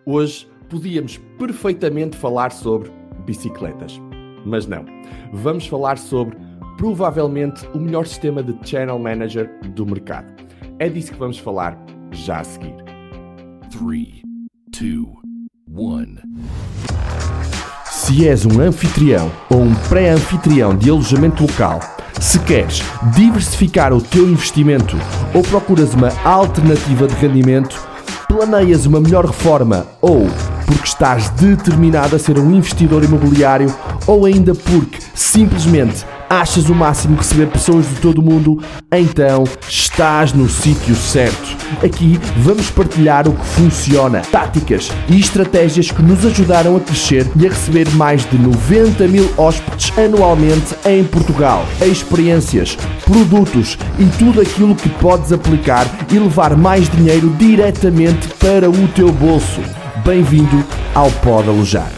Hoje podíamos perfeitamente falar sobre bicicletas, mas não. Vamos falar sobre provavelmente o melhor sistema de Channel Manager do mercado. É disso que vamos falar já a seguir. 3, 2, 1. Se és um anfitrião ou um pré-anfitrião de alojamento local, se queres diversificar o teu investimento ou procuras uma alternativa de rendimento, planeias uma melhor reforma ou porque estás determinado a ser um investidor imobiliário ou ainda porque simplesmente achas o máximo receber pessoas de todo o mundo, então estás no sítio certo. Aqui vamos partilhar o que funciona, táticas e estratégias que nos ajudaram a crescer e a receber mais de 90 mil hóspedes anualmente em Portugal. Experiências, produtos e tudo aquilo que podes aplicar e levar mais dinheiro diretamente para o teu bolso. Bem-vindo ao Pode Alojar.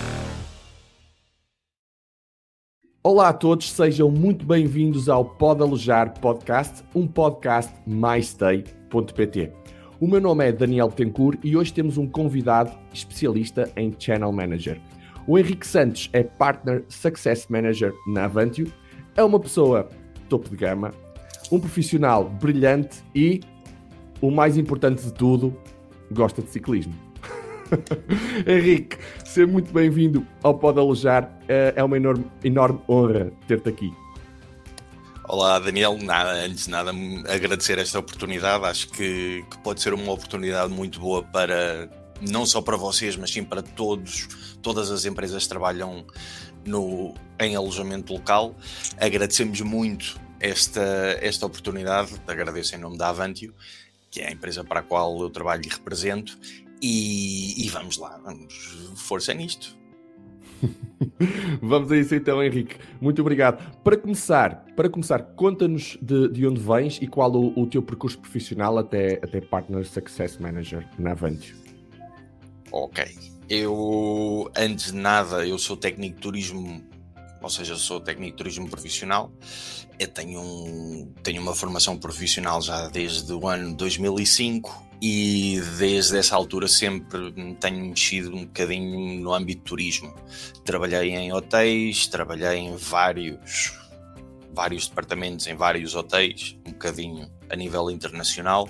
Olá a todos, sejam muito bem-vindos ao Pode Alojar Podcast, um podcast MyStay.pt. O meu nome é Daniel Betancourt e hoje temos um convidado especialista em Channel Manager. O Henrique Santos é Partner Success Manager na Avantio, é uma pessoa topo de gama, um profissional brilhante e, o mais importante de tudo, gosta de ciclismo. Henrique, seja muito bem-vindo ao Pode Alojar. É uma enorme honra ter-te aqui. Olá Daniel, antes de nada agradecer esta oportunidade. Acho que pode ser uma oportunidade muito boa para, não só para vocês, mas sim para todas as empresas que trabalham em alojamento local. Agradecemos muito esta oportunidade, agradeço em nome da Avantio, que é a empresa para a qual eu trabalho e represento. E vamos lá, vamos força nisto. Vamos a isso então, Henrique. Muito obrigado. Para começar, conta-nos de onde vens e qual o teu percurso profissional até Partner Success Manager na Avantio. Ok. Eu, antes de nada, eu sou técnico de turismo, ou seja, sou técnico de turismo profissional. Eu tenho uma formação profissional já desde o ano 2005. E desde essa altura sempre tenho mexido um bocadinho no âmbito de turismo. Trabalhei em hotéis, trabalhei em vários departamentos, em vários hotéis, um bocadinho a nível internacional.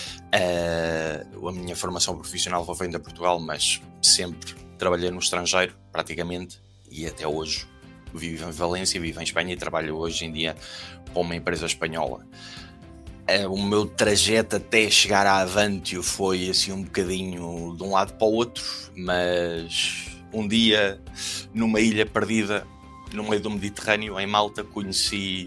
A minha formação profissional foi feita em Portugal, mas sempre trabalhei no estrangeiro, praticamente, e até hoje vivo em Valência, vivo em Espanha e trabalho hoje em dia com uma empresa espanhola. O meu trajeto até chegar à Avantio foi assim um bocadinho de um lado para o outro, mas um dia numa ilha perdida no meio do Mediterrâneo, em Malta, conheci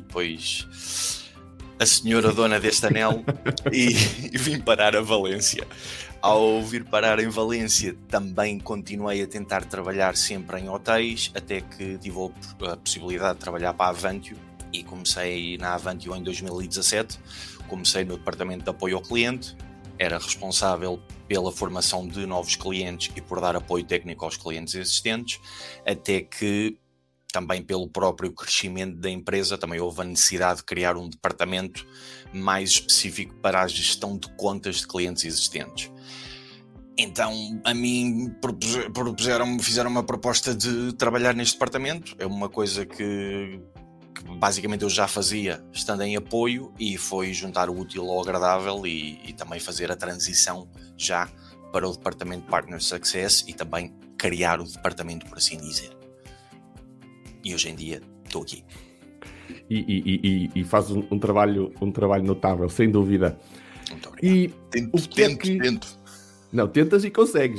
a senhora dona deste anel e vim parar a Valência. Ao vir parar em Valência também continuei a tentar trabalhar sempre em hotéis, até que tive a possibilidade de trabalhar para a Avantio e comecei na Avantio em 2017. Comecei no departamento de apoio ao cliente, era responsável pela formação de novos clientes e por dar apoio técnico aos clientes existentes, até que também pelo próprio crescimento da empresa também houve a necessidade de criar um departamento mais específico para a gestão de contas de clientes existentes. Então a mim fizeram uma proposta de trabalhar neste departamento. É uma coisa que basicamente eu já fazia estando em apoio, e foi juntar o útil ao agradável e também fazer a transição já para o departamento de Partner Success e também criar o departamento, por assim dizer. E hoje em dia estou aqui. E faz um trabalho notável, sem dúvida. Muito obrigado. Tento. Não, tentas e consegues.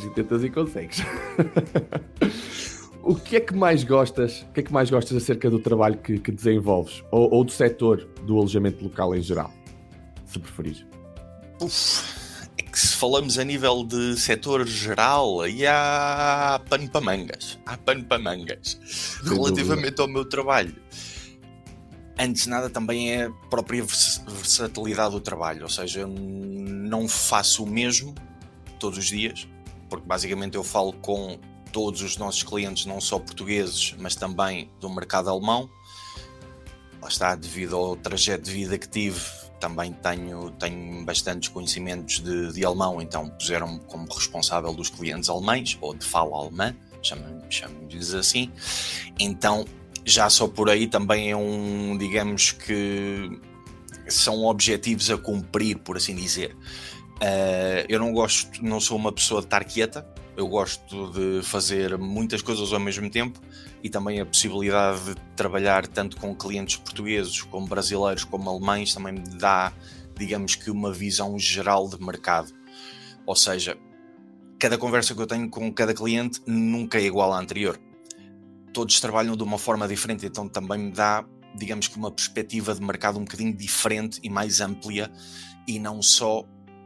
O que é que mais gostas? O que é que mais gostas acerca do trabalho que desenvolves? Ou do setor do alojamento local em geral, se preferires? É que se falamos a nível de setor geral, aí há pano para mangas. Relativamente ao meu trabalho. Antes de nada também é a própria versatilidade do trabalho. Ou seja, eu não faço o mesmo todos os dias, porque basicamente eu falo com todos os nossos clientes, não só portugueses, mas também do mercado alemão. Lá está, devido ao trajeto de vida que tive, também tenho bastantes conhecimentos de alemão, então puseram-me como responsável dos clientes alemães, ou de fala alemã, chamamos-lhes assim. Então já só por aí também é digamos que são objetivos a cumprir, por assim dizer. Eu não sou uma pessoa de estar quieta, eu gosto de fazer muitas coisas ao mesmo tempo, e também a possibilidade de trabalhar tanto com clientes portugueses, como brasileiros, como alemães, também me dá, digamos que, uma visão geral de mercado. Ou seja, cada conversa que eu tenho com cada cliente nunca é igual à anterior. Todos trabalham de uma forma diferente, então também me dá, digamos que, uma perspectiva de mercado um bocadinho diferente e mais ampla, e não só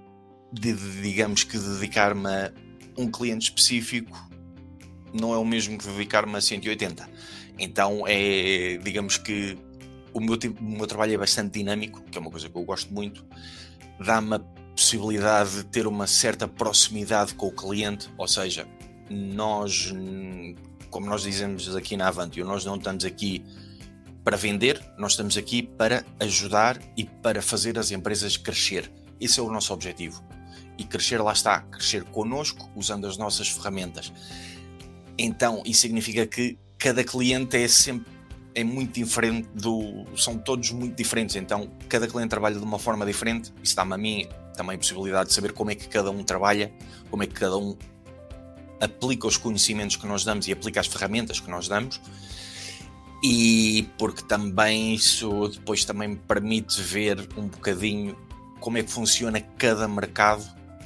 digamos que dedicar-me a um cliente específico não é o mesmo que dedicar-me a 180. Então digamos que o meu trabalho é bastante dinâmico, que é uma coisa que eu gosto muito, dá-me a possibilidade de ter uma certa proximidade com o cliente, ou seja, nós, como nós dizemos aqui na Avantio, nós não estamos aqui para vender, nós estamos aqui para ajudar e para fazer as empresas crescer. Esse é o nosso objetivo. E crescer, lá está, crescer connosco, usando as nossas ferramentas. Então, isso significa que cada cliente é muito diferente, são todos muito diferentes, então cada cliente trabalha de uma forma diferente. Isso dá-me a mim também a possibilidade de saber como é que cada um trabalha, como é que cada um aplica os conhecimentos que nós damos e aplica as ferramentas que nós damos, e porque também isso depois também me permite ver um bocadinho como é que funciona cada mercado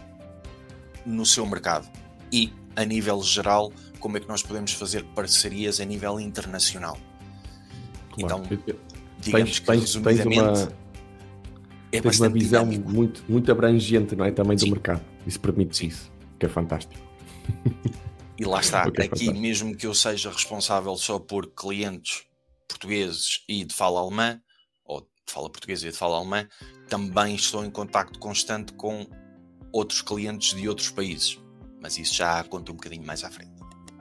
no seu mercado, e a nível geral como é que nós podemos fazer parcerias a nível internacional. Então, digamos que resumidamente tens uma visão muito, muito abrangente, não é? Também do Sim. mercado. Isso permite isso, que é fantástico. E lá está, Ok, aqui fantástico. mesmo que eu seja responsável só por clientes portugueses e de fala alemã, ou de fala portuguesa e de fala alemã, também estou em contacto constante com outros clientes de outros países. Mas isso já conta um bocadinho mais à frente.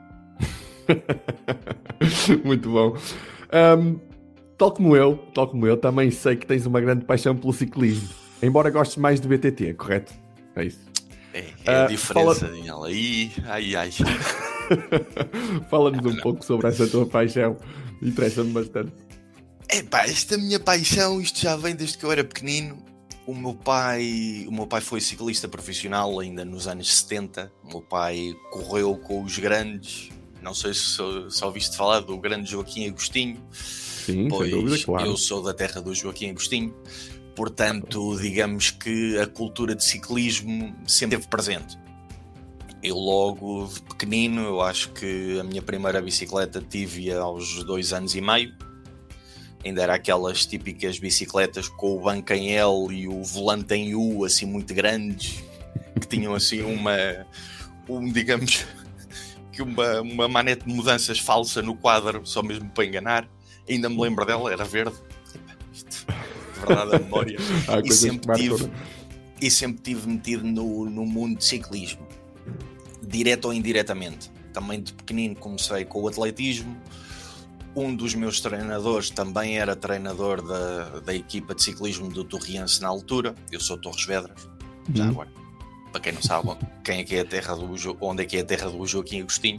Muito bom. Tal como eu, também sei que tens uma grande paixão pelo ciclismo. Embora gostes mais do BTT, correto? É isso. É a diferença dela. Ai. Fala-nos um pouco sobre essa tua paixão. Interessa-me bastante. Esta minha paixão, isto já vem desde que eu era pequenino. O meu pai foi ciclista profissional ainda nos anos 70. O meu pai correu com os grandes. Não sei se ouviste falar do grande Joaquim Agostinho. Sim, pois sem dúvida, claro. Eu sou da terra do Joaquim Agostinho. Portanto, digamos que a cultura de ciclismo sempre esteve presente. Eu logo de pequenino, eu acho que a minha primeira bicicleta tive aos 2 anos e meio. Ainda era aquelas típicas bicicletas com o banco em L e o volante em U, assim muito grandes, que tinham assim digamos que uma manete de mudanças falsa no quadro, só mesmo para enganar. Ainda me lembro dela, era verde. Isto, de verdade, a memória. E sempre tive metido no mundo de ciclismo, direto ou indiretamente. Também de pequenino comecei com o atletismo. Um dos meus treinadores também era treinador da equipa de ciclismo do Torriense na altura. Eu sou Torres Vedras, já agora. Para quem não sabe onde é que é a terra do Joaquim Agostinho.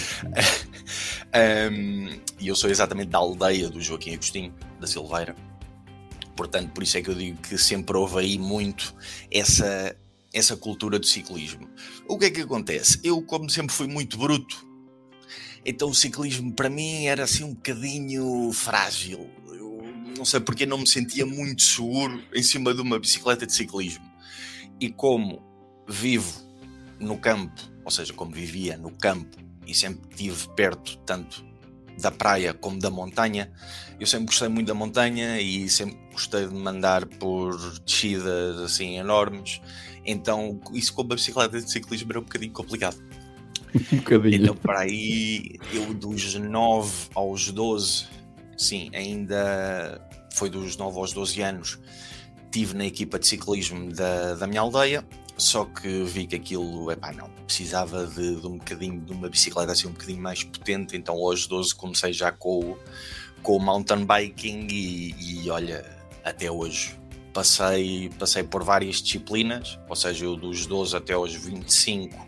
E eu sou exatamente da aldeia do Joaquim Agostinho, da Silveira. Portanto, por isso é que eu digo que sempre houve aí muito essa cultura do ciclismo. O que é que acontece? Eu, como sempre fui muito bruto, então o ciclismo para mim era assim um bocadinho frágil. Eu não sei porque não me sentia muito seguro em cima de uma bicicleta de ciclismo. E como vivo no campo, ou seja, como vivia no campo e sempre estive perto tanto da praia como da montanha, eu sempre gostei muito da montanha e sempre gostei de me andar por descidas assim enormes. Então isso com a bicicleta de ciclismo era um bocadinho complicado. Um bocadinho. Então para aí eu dos 9 aos 12, sim, ainda foi dos 9 aos 12 anos, estive na equipa de ciclismo da minha aldeia. Só que vi que aquilo, não, precisava de um bocadinho, de uma bicicleta assim um bocadinho mais potente. Então aos 12 comecei já com o mountain biking e olha, até hoje passei por várias disciplinas, ou seja, eu dos 12 até aos 25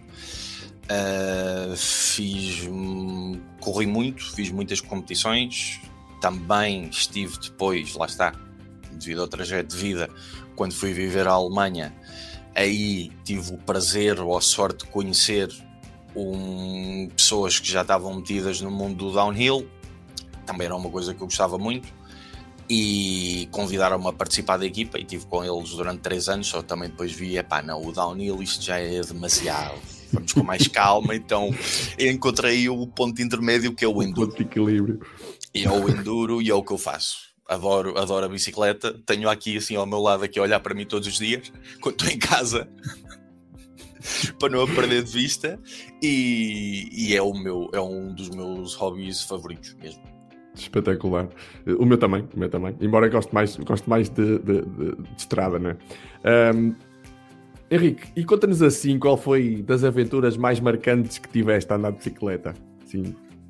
corri muito, fiz muitas competições, também estive depois, lá está, devido ao trajeto de vida, quando fui viver à Alemanha, aí tive o prazer ou a sorte de conhecer pessoas que já estavam metidas no mundo do downhill, também era uma coisa que eu gostava muito, e convidaram-me a participar da equipa e estive com eles durante 3 anos, só também depois vi, não, o downhill isto já é demasiado, vamos com mais calma, então eu encontrei o ponto intermédio que é o enduro. Ponto de equilíbrio. E é o enduro e é o que eu faço. Adoro a bicicleta, tenho aqui assim ao meu lado aqui a olhar para mim todos os dias, quando estou em casa, para não a perder de vista, e é um dos meus hobbies favoritos mesmo. Espetacular. O meu também. Embora goste mais de estrada, não é? Henrique, e conta-nos assim qual foi das aventuras mais marcantes que tiveste a andar de bicicleta? Sim.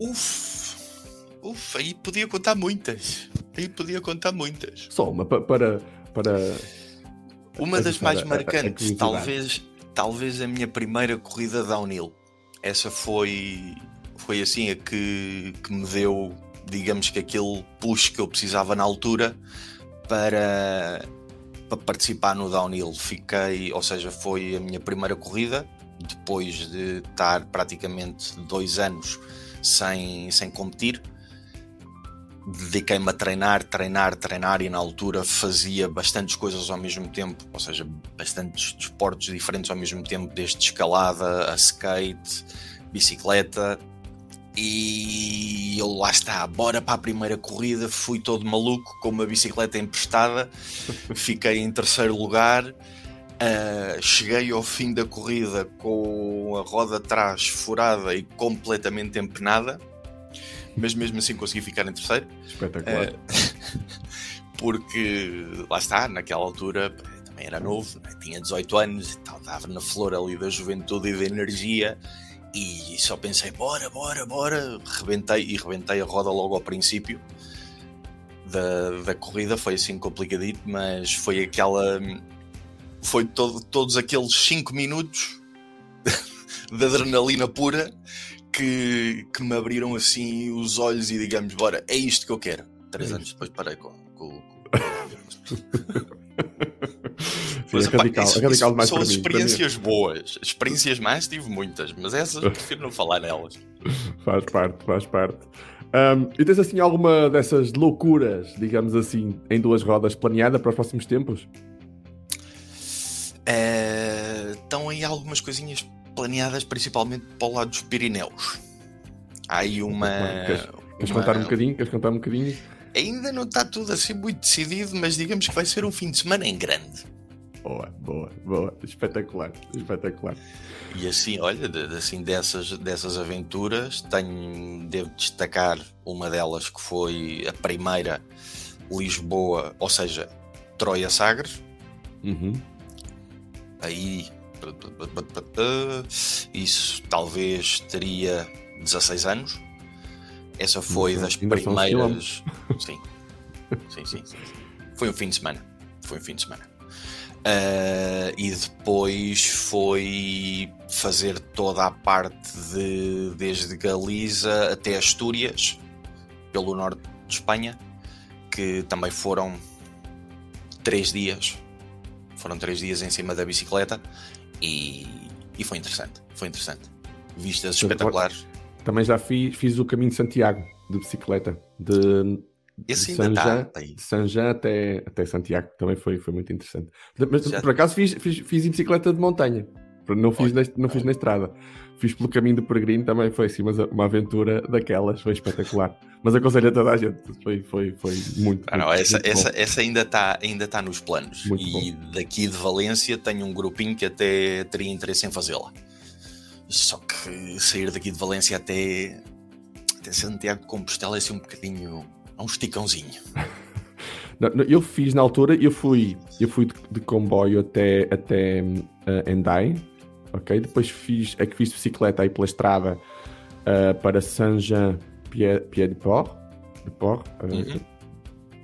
Aí podia contar muitas. Só uma para uma das mais marcantes, talvez a minha primeira corrida downhill. Essa foi assim a que me deu, digamos que aquele push que eu precisava na altura para participar no downhill. Foi a minha primeira corrida, depois de estar praticamente 2 anos sem competir. Dediquei-me a treinar e na altura fazia bastantes coisas ao mesmo tempo, ou seja, bastantes desportos diferentes ao mesmo tempo, desde escalada a skate, bicicleta, e eu lá está, bora para a primeira corrida, fui todo maluco com uma bicicleta emprestada, fiquei em 3º lugar, cheguei ao fim da corrida com a roda de trás furada e completamente empenada, mas mesmo assim consegui ficar em 3º. Espetacular. Porque, lá está, naquela altura também era novo, né? Tinha 18 anos e tal, estava na flor ali da juventude e da energia, e só pensei, bora, rebentei a roda logo ao princípio da corrida. Foi assim complicadito, mas foi todos aqueles 5 minutos de adrenalina pura que me abriram assim os olhos e digamos, bora, é isto que eu quero. 3 anos depois parei com Sim, é radical mais são para as mim. experiências boas. Experiências más tive muitas, mas essas prefiro não falar nelas. Faz parte. E tens assim alguma dessas loucuras, digamos assim, em 2 rodas planeada para os próximos tempos? Estão aí algumas coisinhas planeadas, principalmente para o lado dos Pirineus. Há aí Queres contar um bocadinho? Ainda não está tudo assim muito decidido, mas digamos que vai ser um fim de semana em grande. Boa. Espetacular. E assim, olha, assim, dessas aventuras, devo destacar uma delas que foi a primeira Lisboa, ou seja, Troia-Sagres. Aí, isso talvez teria 16 anos. Essa foi das primeiras. Sim. Foi um fim de semana. E depois foi fazer toda a parte desde Galiza até Astúrias, pelo norte de Espanha, que também foram 3 dias. Foram 3 dias em cima da bicicleta e foi interessante. Vistas espetaculares. Também já fiz o caminho de Santiago de bicicleta, de Saint-Jean até Santiago. Também foi muito interessante. Mas por acaso fiz em bicicleta de montanha. Não fiz na estrada. Fiz pelo caminho do peregrino, também foi assim, mas uma aventura daquelas, foi espetacular. Mas aconselho a toda a gente, foi muito. Essa ainda está nos planos. Muito e bom. Daqui de Valência tenho um grupinho que até teria interesse em fazê-la. Só que sair daqui de Valência até Santiago de Compostela é assim um bocadinho, um esticãozinho. Eu fiz na altura, eu fui de comboio até Hendaye, ok? Depois fiz bicicleta aí pela estrada para Saint-Jean-Pied-de-Port,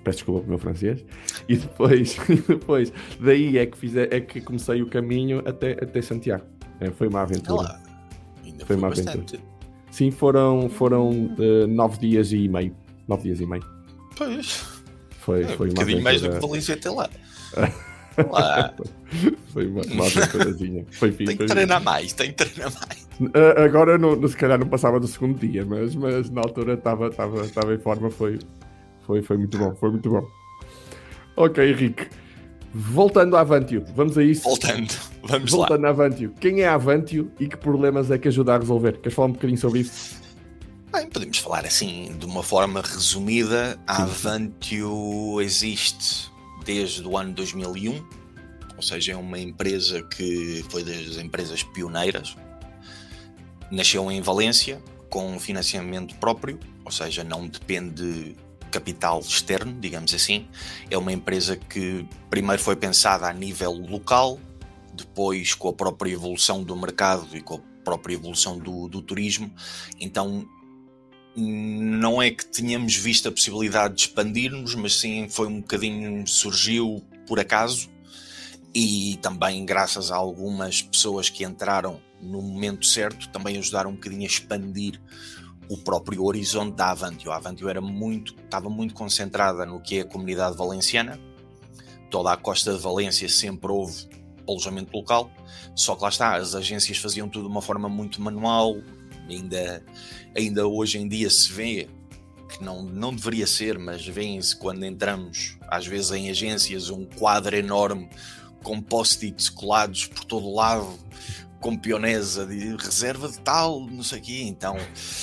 Peço desculpa pelo meu francês. E depois daí é que comecei o caminho até Santiago. Foi uma aventura. Olá. Ainda Foi foi uma bastante. aventura. Sim, foram 9 dias e meio. 9 dias e meio. Pois. Foi Um uma bocadinho mais do que aventura. Valência até lá. Lá. Foi uma aventurazinha. Foi fixe. Tem que treinar mais. Agora se calhar não passava do segundo dia, mas na altura estava em forma. Foi muito bom. Foi muito bom. Ok, Henrique. Voltando à Avantio. Vamos a isso? Vamos lá. Voltando à Avantio. Quem é a Avantio e que problemas é que ajuda a resolver? Queres falar um bocadinho sobre isso? Bem, podemos falar assim, de uma forma resumida. A Avantio existe desde o ano 2001, ou seja, é uma empresa que foi das empresas pioneiras. Nasceu em Valência, com financiamento próprio, ou seja, não depende de capital externo, digamos assim. É uma empresa que primeiro foi pensada a nível local, depois com a própria evolução do mercado e com a própria evolução do turismo. Então, não é que tenhamos visto a possibilidade de expandirmos, mas sim foi um bocadinho, surgiu por acaso, e também graças a algumas pessoas que entraram no momento certo, também ajudaram um bocadinho a expandir o próprio horizonte da Avantio. A Avantio estava muito concentrada no que é a comunidade valenciana. Toda a costa de Valência sempre houve alojamento local, só que lá está, as agências faziam tudo de uma forma muito manual. Ainda hoje em dia se vê que não deveria ser, mas vêem-se quando entramos às vezes em agências um quadro enorme com post-its colados por todo o lado, com pionesa de reserva de tal, não sei o quê. Então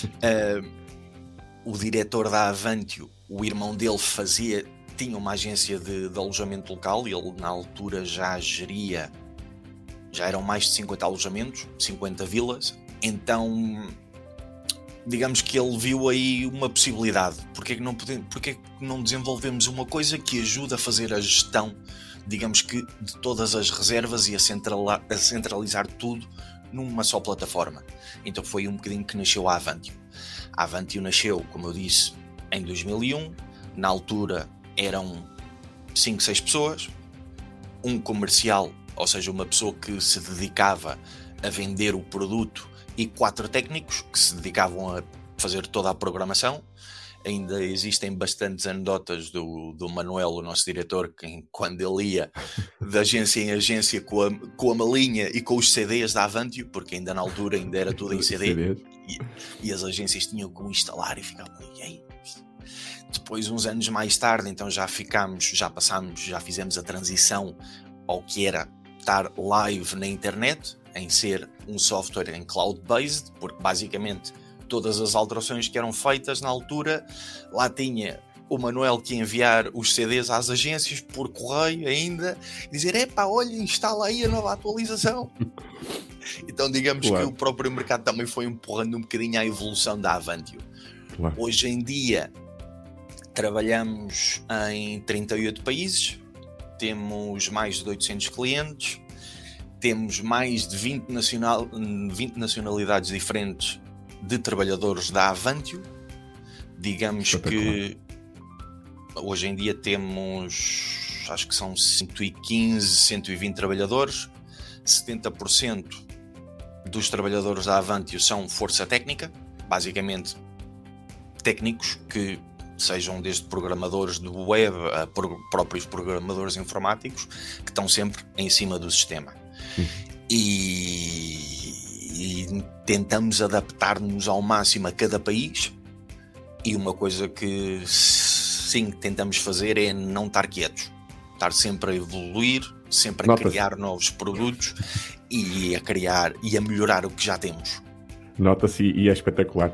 o diretor da Avantio, o irmão dele tinha uma agência de alojamento local e ele na altura já eram mais de 50 alojamentos, 50 vilas. Então, digamos que ele viu aí uma possibilidade. Porque é que não desenvolvemos uma coisa que ajuda a fazer a gestão, digamos que, de todas as reservas e a centralizar tudo numa só plataforma? Então foi um bocadinho que nasceu a Avantio. A Avantio nasceu, como eu disse, em 2001. Na altura eram 5, 6 pessoas. Um comercial, ou seja, uma pessoa que se dedicava a vender o produto, e 4 técnicos que se dedicavam a fazer toda a programação. Ainda existem bastantes anedotas do Manuel, o nosso diretor, que quando ele ia de agência em agência com a malinha e com os CDs da Avantio, porque ainda na altura era tudo em CD, e as agências tinham que instalar e ficavam aí. Depois, uns anos mais tarde, então já fizemos a transição ao que era estar live na internet, em ser um software em cloud-based, porque basicamente todas as alterações que eram feitas na altura, lá tinha o Manuel que enviar os CDs às agências por correio ainda, e dizer, olha, instala aí a nova atualização. Então digamos que o próprio mercado também foi empurrando um bocadinho a evolução da Avantio. Hoje em dia trabalhamos em 38 países, temos mais de 800 clientes, temos mais de 20 nacionalidades diferentes de trabalhadores da Avantio. Digamos que hoje em dia temos, acho que são 115, 120 trabalhadores. 70% dos trabalhadores da Avantio são força técnica, basicamente técnicos que sejam desde programadores de web a próprios programadores informáticos, que estão sempre em cima do sistema. E tentamos adaptar-nos ao máximo a cada país, e uma coisa que sim tentamos fazer é não estar quietos, estar sempre a evoluir, sempre a criar novos produtos e a melhorar o que já temos. Nota-se, e é espetacular.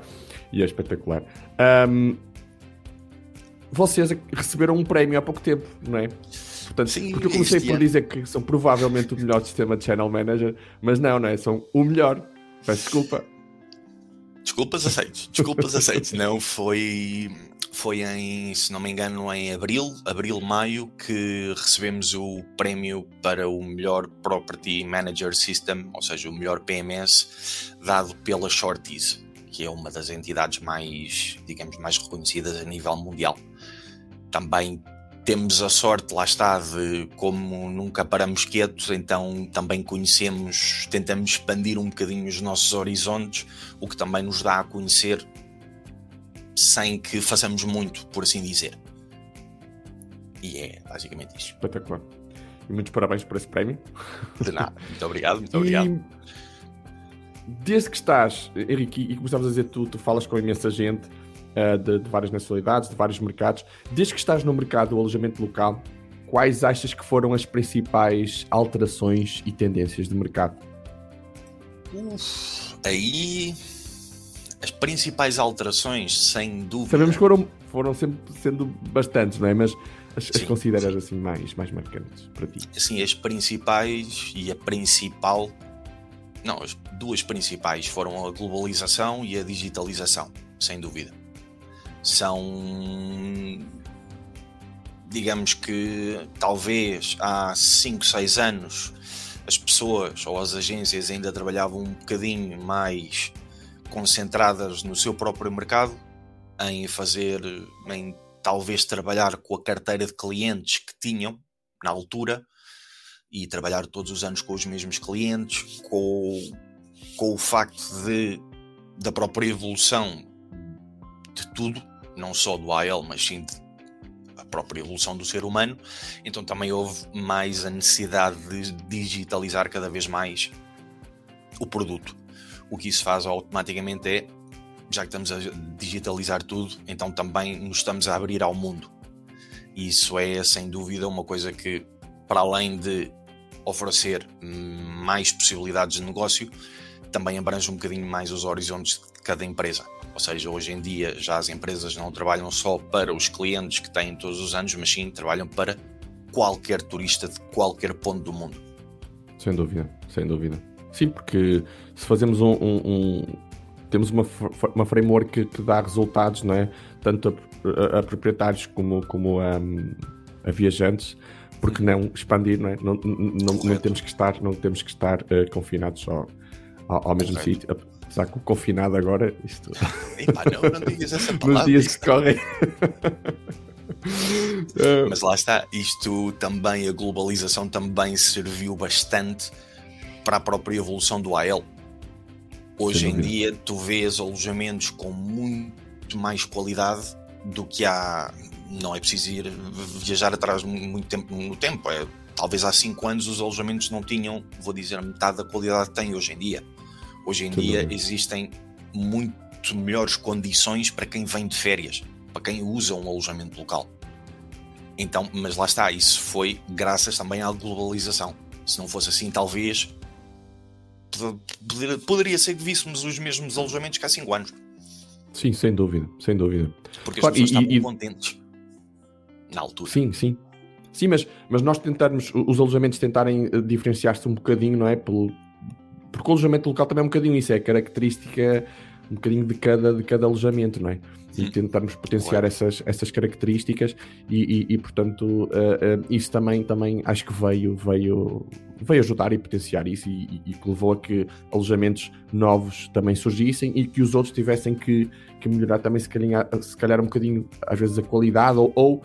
Vocês receberam um prémio há pouco tempo, não é? Portanto, sim, porque eu comecei por dizer que são provavelmente o melhor sistema de Channel Manager, mas não é? São o melhor. Peço desculpa. Desculpas aceites. Não, foi em, se não me engano, em abril, maio, que recebemos o prémio para o melhor Property Manager System, ou seja, o melhor PMS, dado pela Shorties, que é uma das entidades mais reconhecidas a nível mundial. Também temos a sorte, lá está, de como nunca paramos quietos, então também conhecemos, tentamos expandir um bocadinho os nossos horizontes, o que também nos dá a conhecer sem que façamos muito, por assim dizer. E é basicamente isto. Espetacular. E muitos parabéns por esse prémio. De nada. Muito obrigado, muito obrigado. Desde que estás, Henrique, e começavas a dizer, tu falas com imensa gente de várias nacionalidades, de vários mercados. Desde que estás no mercado do alojamento local, quais achas que foram as principais alterações e tendências de mercado? Aí as principais alterações, sem dúvida. Sabemos que foram sempre sendo bastantes, não é? Mas as consideras assim mais marcantes para ti? Assim, as principais e a principal. Não, as duas principais foram a globalização e a digitalização, sem dúvida. São, digamos que talvez há 5, 6 anos as pessoas ou as agências ainda trabalhavam um bocadinho mais concentradas no seu próprio mercado, em talvez trabalhar com a carteira de clientes que tinham na altura e trabalhar todos os anos com os mesmos clientes, com o facto da própria evolução de tudo, não só do AL, mas sim da própria evolução do ser humano. Então também houve mais a necessidade de digitalizar cada vez mais o produto. O que isso faz automaticamente é, já que estamos a digitalizar tudo, então também nos estamos a abrir ao mundo. E isso é, sem dúvida, uma coisa que, para além de oferecer mais possibilidades de negócio, também abrange um bocadinho mais os horizontes de cada empresa. Ou seja, hoje em dia já as empresas não trabalham só para os clientes que têm todos os anos, mas sim trabalham para qualquer turista de qualquer ponto do mundo. Sem dúvida, sem dúvida. Sim, porque se fazemos temos uma framework que dá resultados, não é? Tanto a proprietários como a viajantes, porque não expandir, não é? Não temos que estar confinados só ao mesmo sítio. Apesar que o confinado agora, isto... Epá, não digas essa palavra. Nos dias que correm. Mas lá está, isto também, a globalização também serviu bastante para a própria evolução do AL. Hoje em dia tu vês alojamentos com muito mais qualidade do que há. Não é preciso viajar atrás muito tempo no tempo. Talvez há 5 anos os alojamentos não tinham, vou dizer, metade da qualidade que têm hoje em dia. Hoje em dia existem muito melhores condições para quem vem de férias, para quem usa um alojamento local. Então, mas lá está, isso foi graças também à globalização. Se não fosse assim, talvez poderia ser que víssemos os mesmos alojamentos que há 5 anos. Sim, sem dúvida, sem dúvida. Porque as pessoas estavam contentes na altura. Sim. Sim, mas nós os alojamentos tentarem diferenciar-se um bocadinho, não é? Porque o alojamento local também é um bocadinho isso, é característica um bocadinho de cada alojamento, não é? E tentarmos potenciar essas características e portanto, isso também acho que veio ajudar e potenciar isso e que levou a que alojamentos novos também surgissem e que os outros tivessem que melhorar também se calhar um bocadinho, às vezes, a qualidade ou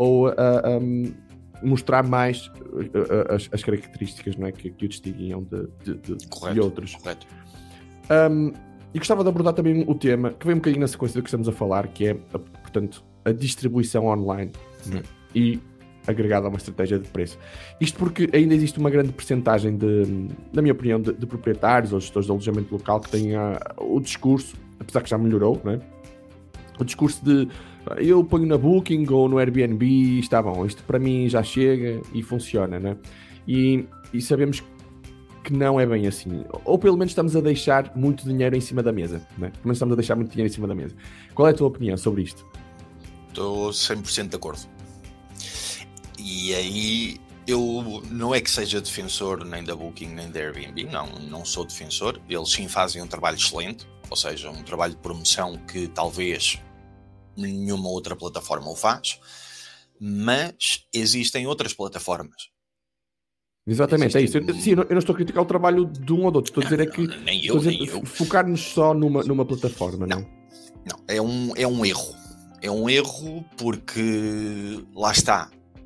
mostrar mais as características, não é? que o distinguiam de outros. Correto. E gostava de abordar também o tema que vem um bocadinho na sequência do que estamos a falar, que é, portanto, a distribuição online e agregada a uma estratégia de preço. Isto porque ainda existe uma grande percentagem na minha opinião, de proprietários ou gestores de alojamento local que têm o discurso, apesar que já melhorou, não é? O discurso de eu ponho na Booking ou no Airbnb e está bom, isto para mim já chega e funciona, não é? E sabemos que não é bem assim, ou pelo menos estamos a deixar muito dinheiro em cima da mesa, não é? Pelo menos estamos a deixar muito dinheiro em cima da mesa. Qual é a tua opinião sobre isto? Estou 100% de acordo. E aí, eu não é que seja defensor nem da Booking nem da Airbnb, não sou defensor. Eles sim fazem um trabalho excelente, ou seja, um trabalho de promoção que talvez nenhuma outra plataforma o faz, mas existem outras plataformas. Exatamente, é isso. Sim, eu não estou a criticar o trabalho de um ou do outro, estou a dizer nem eu. Focar-nos só numa plataforma, não? Não, é um erro. É um erro porque, lá está,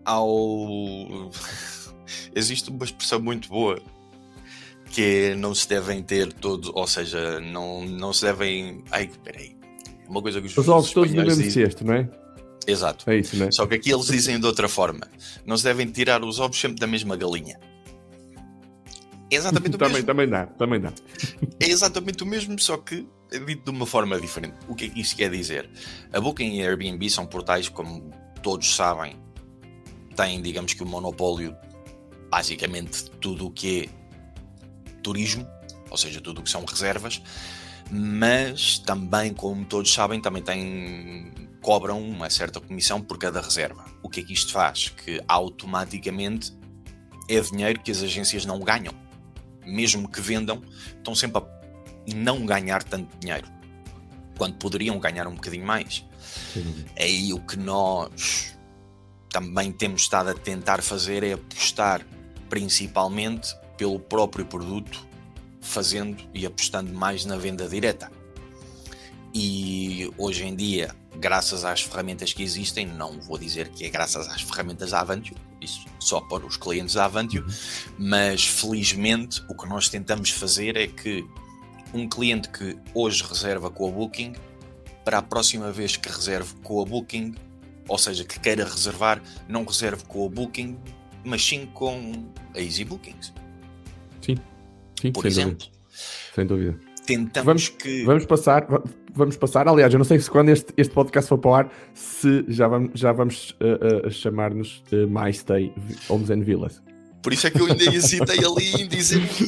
Existe uma expressão muito boa que é, não se devem ter todos, ou seja, não se devem... Ai, peraí. Uma coisa que os ovos todos no mesmo dizem... cesto, não é? Exato. É isso, não é? Só que aqui eles dizem de outra forma. Não se devem tirar os ovos sempre da mesma galinha. É exatamente o mesmo. Também dá. É exatamente o mesmo, só que é dito de uma forma diferente. O que é que isso quer dizer? A Booking e a Airbnb são portais, como todos sabem, têm, digamos que, o monopólio, basicamente, de tudo o que é turismo, ou seja, tudo o que são reservas, mas também, como todos sabem, também cobram uma certa comissão por cada reserva. O que é que isto faz? Que automaticamente é dinheiro que as agências não ganham. Mesmo que vendam, estão sempre a não ganhar tanto dinheiro, quando poderiam ganhar um bocadinho mais. Sim. Aí o que nós também temos estado a tentar fazer é apostar principalmente pelo próprio produto, fazendo e apostando mais na venda direta. E hoje em dia, graças às ferramentas que existem, não vou dizer que é graças às ferramentas da Avantio, isso só para os clientes da Avantio, mas felizmente o que nós tentamos fazer é que um cliente que hoje reserva com a Booking, para a próxima vez que reserve com a Booking, ou seja, que queira reservar, não reserve com a Booking, mas sim com a Easy Bookings. Sim, por exemplo. Sem dúvida. Tentamos Vamos passar, aliás, eu não sei se quando este podcast for para o ar, se já vamos chamar-nos MyStay Homes and Villas. Por isso é que eu ainda hesitei ali em dizer que...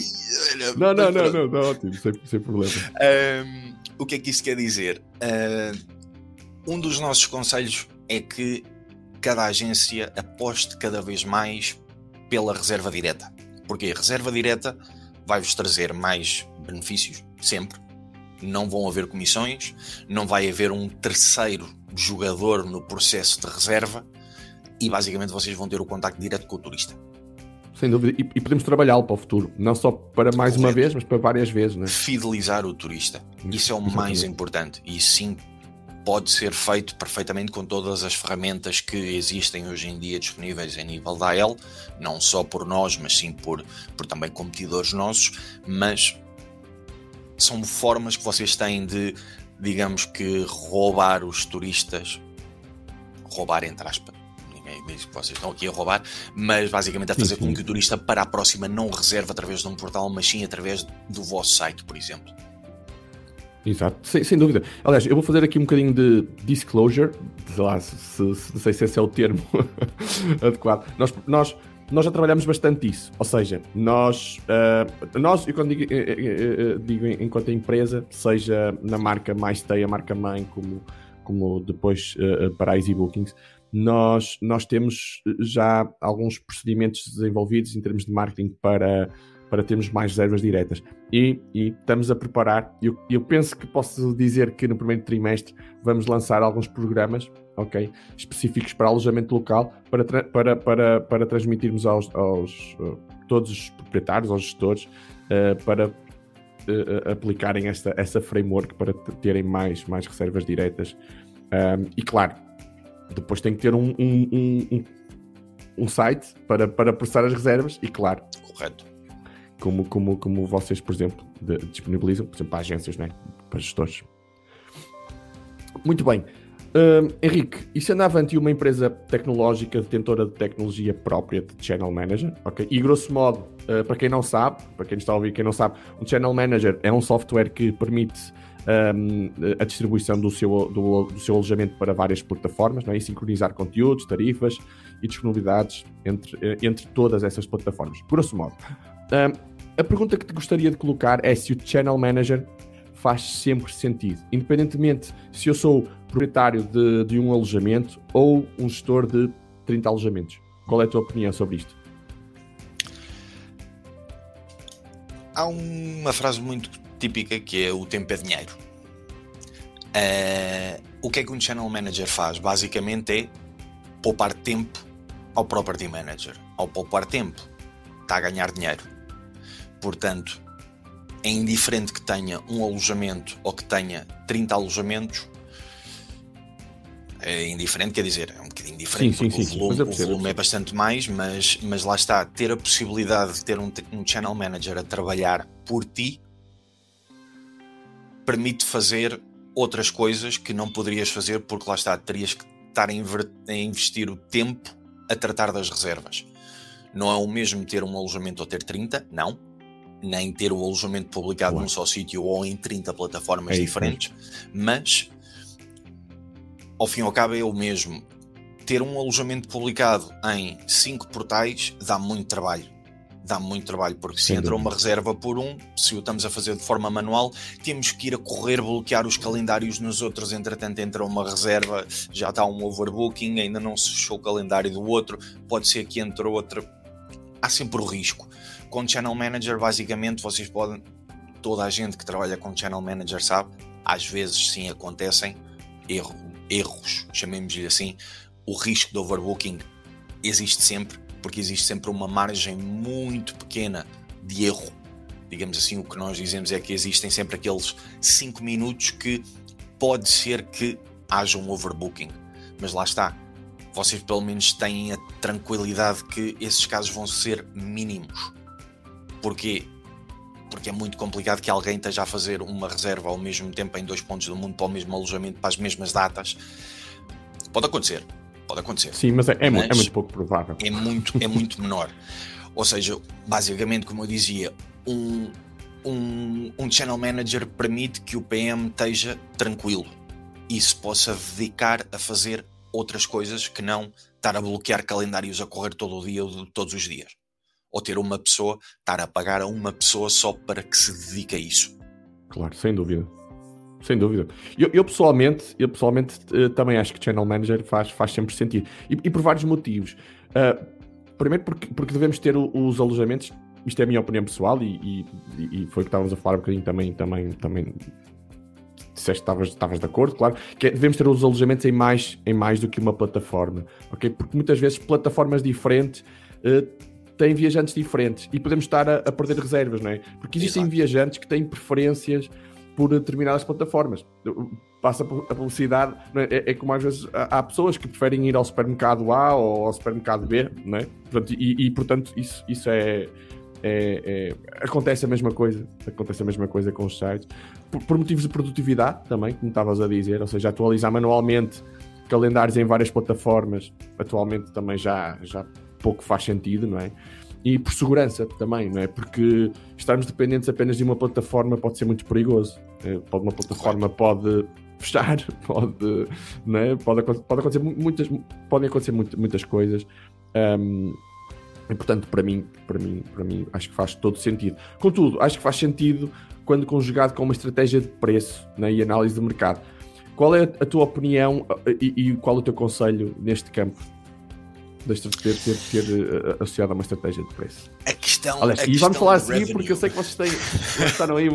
Não, ótimo, sem problema. O que é que isso quer dizer? Um dos nossos conselhos é que cada agência aposte cada vez mais pela reserva direta. Porque a reserva direta vai-vos trazer mais benefícios, sempre. Não vão haver comissões, não vai haver um terceiro jogador no processo de reserva e basicamente vocês vão ter o contacto direto com o turista. Sem dúvida, e podemos trabalhá-lo para o futuro, não só para mais uma vez, mas para várias vezes, não é? Fidelizar o turista, isso é o mais importante, e sim, pode ser feito perfeitamente com todas as ferramentas que existem hoje em dia disponíveis a nível da AEL, não só por nós, mas sim por também competidores nossos, mas são formas que vocês têm de, digamos que, roubar os turistas, roubar entre aspas, ninguém diz que vocês estão aqui a roubar, mas basicamente a fazer com que o turista para a próxima não reserve através de um portal, mas sim através do vosso site, por exemplo. Exato, sem dúvida. Aliás, eu vou fazer aqui um bocadinho de disclosure, sei lá, não sei se esse é o termo adequado. Nós já trabalhamos bastante isso, ou seja, nós eu quando digo enquanto empresa, seja na marca MyStay, a marca mãe, como depois para a Easy Bookings, nós temos já alguns procedimentos desenvolvidos em termos de marketing para termos mais reservas diretas. E estamos a preparar, eu penso que posso dizer que no primeiro trimestre vamos lançar alguns programas, ok, específicos para alojamento local, para transmitirmos aos todos os proprietários, aos gestores, para aplicarem essa framework para terem mais reservas diretas. E claro, depois tem que ter um site para processar as reservas e claro, correto. Como vocês, por exemplo, disponibilizam, por exemplo, para agências, né? Para gestores. Muito bem. Henrique, e sendo a Avantio uma empresa tecnológica, detentora de tecnologia própria de Channel Manager, ok? E grosso modo, para quem não sabe, para quem está a ouvir, quem não sabe, um Channel Manager é um software que permite a distribuição do seu alojamento para várias plataformas, não é? E sincronizar conteúdos, tarifas e disponibilidades entre todas essas plataformas. Grosso modo. A pergunta que te gostaria de colocar é se o Channel Manager faz sempre sentido, independentemente se eu sou proprietário de um alojamento ou um gestor de 30 alojamentos. Qual é a tua opinião sobre isto? Há uma frase muito típica que é: o tempo é dinheiro. O que é que um Channel Manager faz? Basicamente é poupar tempo ao Property Manager. Ao poupar tempo, está a ganhar dinheiro. Portanto, é indiferente que tenha um alojamento ou que tenha 30 alojamentos, É indiferente, quer dizer, é um bocadinho diferente, Sim, porque sim, o mas volume é bastante mais, mas lá está, ter a possibilidade de ter um channel manager a trabalhar por ti permite fazer outras coisas que não poderias fazer, porque lá está, terias que estar a investir o tempo a tratar das reservas. Não é o mesmo ter um alojamento ou ter 30, não. Nem ter o alojamento publicado num só sítio ou em 30 plataformas diferentes, mas ao fim e ao cabo é o mesmo. Ter um alojamento publicado em 5 portais dá muito trabalho. Dá muito trabalho, porque se entra uma reserva por se o estamos a fazer de forma manual, temos que ir a correr, bloquear os calendários nos outros, entretanto entra uma reserva, já está um overbooking, ainda não se fechou o calendário do outro, pode ser que entre outra. Há sempre o risco. Com Channel Manager, basicamente, vocês podem... Toda a gente que trabalha com Channel Manager sabe, às vezes sim acontecem erros, chamemos-lhe assim. O risco de overbooking existe sempre, porque existe sempre uma margem muito pequena de erro. Digamos assim, o que nós dizemos é que existem sempre aqueles 5 minutos que pode ser que haja um overbooking. Mas lá está. Vocês pelo menos têm a tranquilidade que esses casos vão ser mínimos. Porquê? Porque é muito complicado que alguém esteja a fazer uma reserva ao mesmo tempo em 2 pontos do mundo para o mesmo alojamento, para as mesmas datas. Pode acontecer. Sim, mas é muito pouco provável. É muito menor. Ou seja, basicamente, como eu dizia, um channel manager permite que o PM esteja tranquilo e se possa dedicar a fazer outras coisas que não estar a bloquear calendários a correr todo o dia ou todos os dias. Ou ter uma pessoa, estar a pagar a uma pessoa só para que se dedique a isso. Claro, sem dúvida. Eu pessoalmente também acho que Channel Manager faz sempre sentido. E por vários motivos. Primeiro porque devemos ter os alojamentos, isto é a minha opinião pessoal e foi o que estávamos a falar um bocadinho também disseste que estavas de acordo, claro, que devemos ter os alojamentos em mais do que uma plataforma, ok? Porque muitas vezes plataformas diferentes têm viajantes diferentes e podemos estar a perder reservas, não é? Porque existem viajantes que têm preferências por determinadas plataformas. Passa a publicidade, não é? É como às vezes há pessoas que preferem ir ao supermercado A ou ao supermercado B, não é? Portanto, isso acontece a mesma coisa com os sites por motivos de produtividade também, como estavas a dizer, ou seja, atualizar manualmente calendários em várias plataformas atualmente também já pouco faz sentido, não é? E por segurança também, não é? Porque estarmos dependentes apenas de uma plataforma pode ser muito perigoso. Uma plataforma pode fechar, não é? Podem acontecer muitas coisas. E, portanto, para mim, acho que faz todo sentido. Contudo, acho que faz sentido quando conjugado com uma estratégia de preço, né, e análise do mercado. Qual é a tua opinião e qual é o teu conselho neste campo? De ter associado a uma estratégia de preço. E vamos falar a seguir porque eu sei que vocês lançaram aí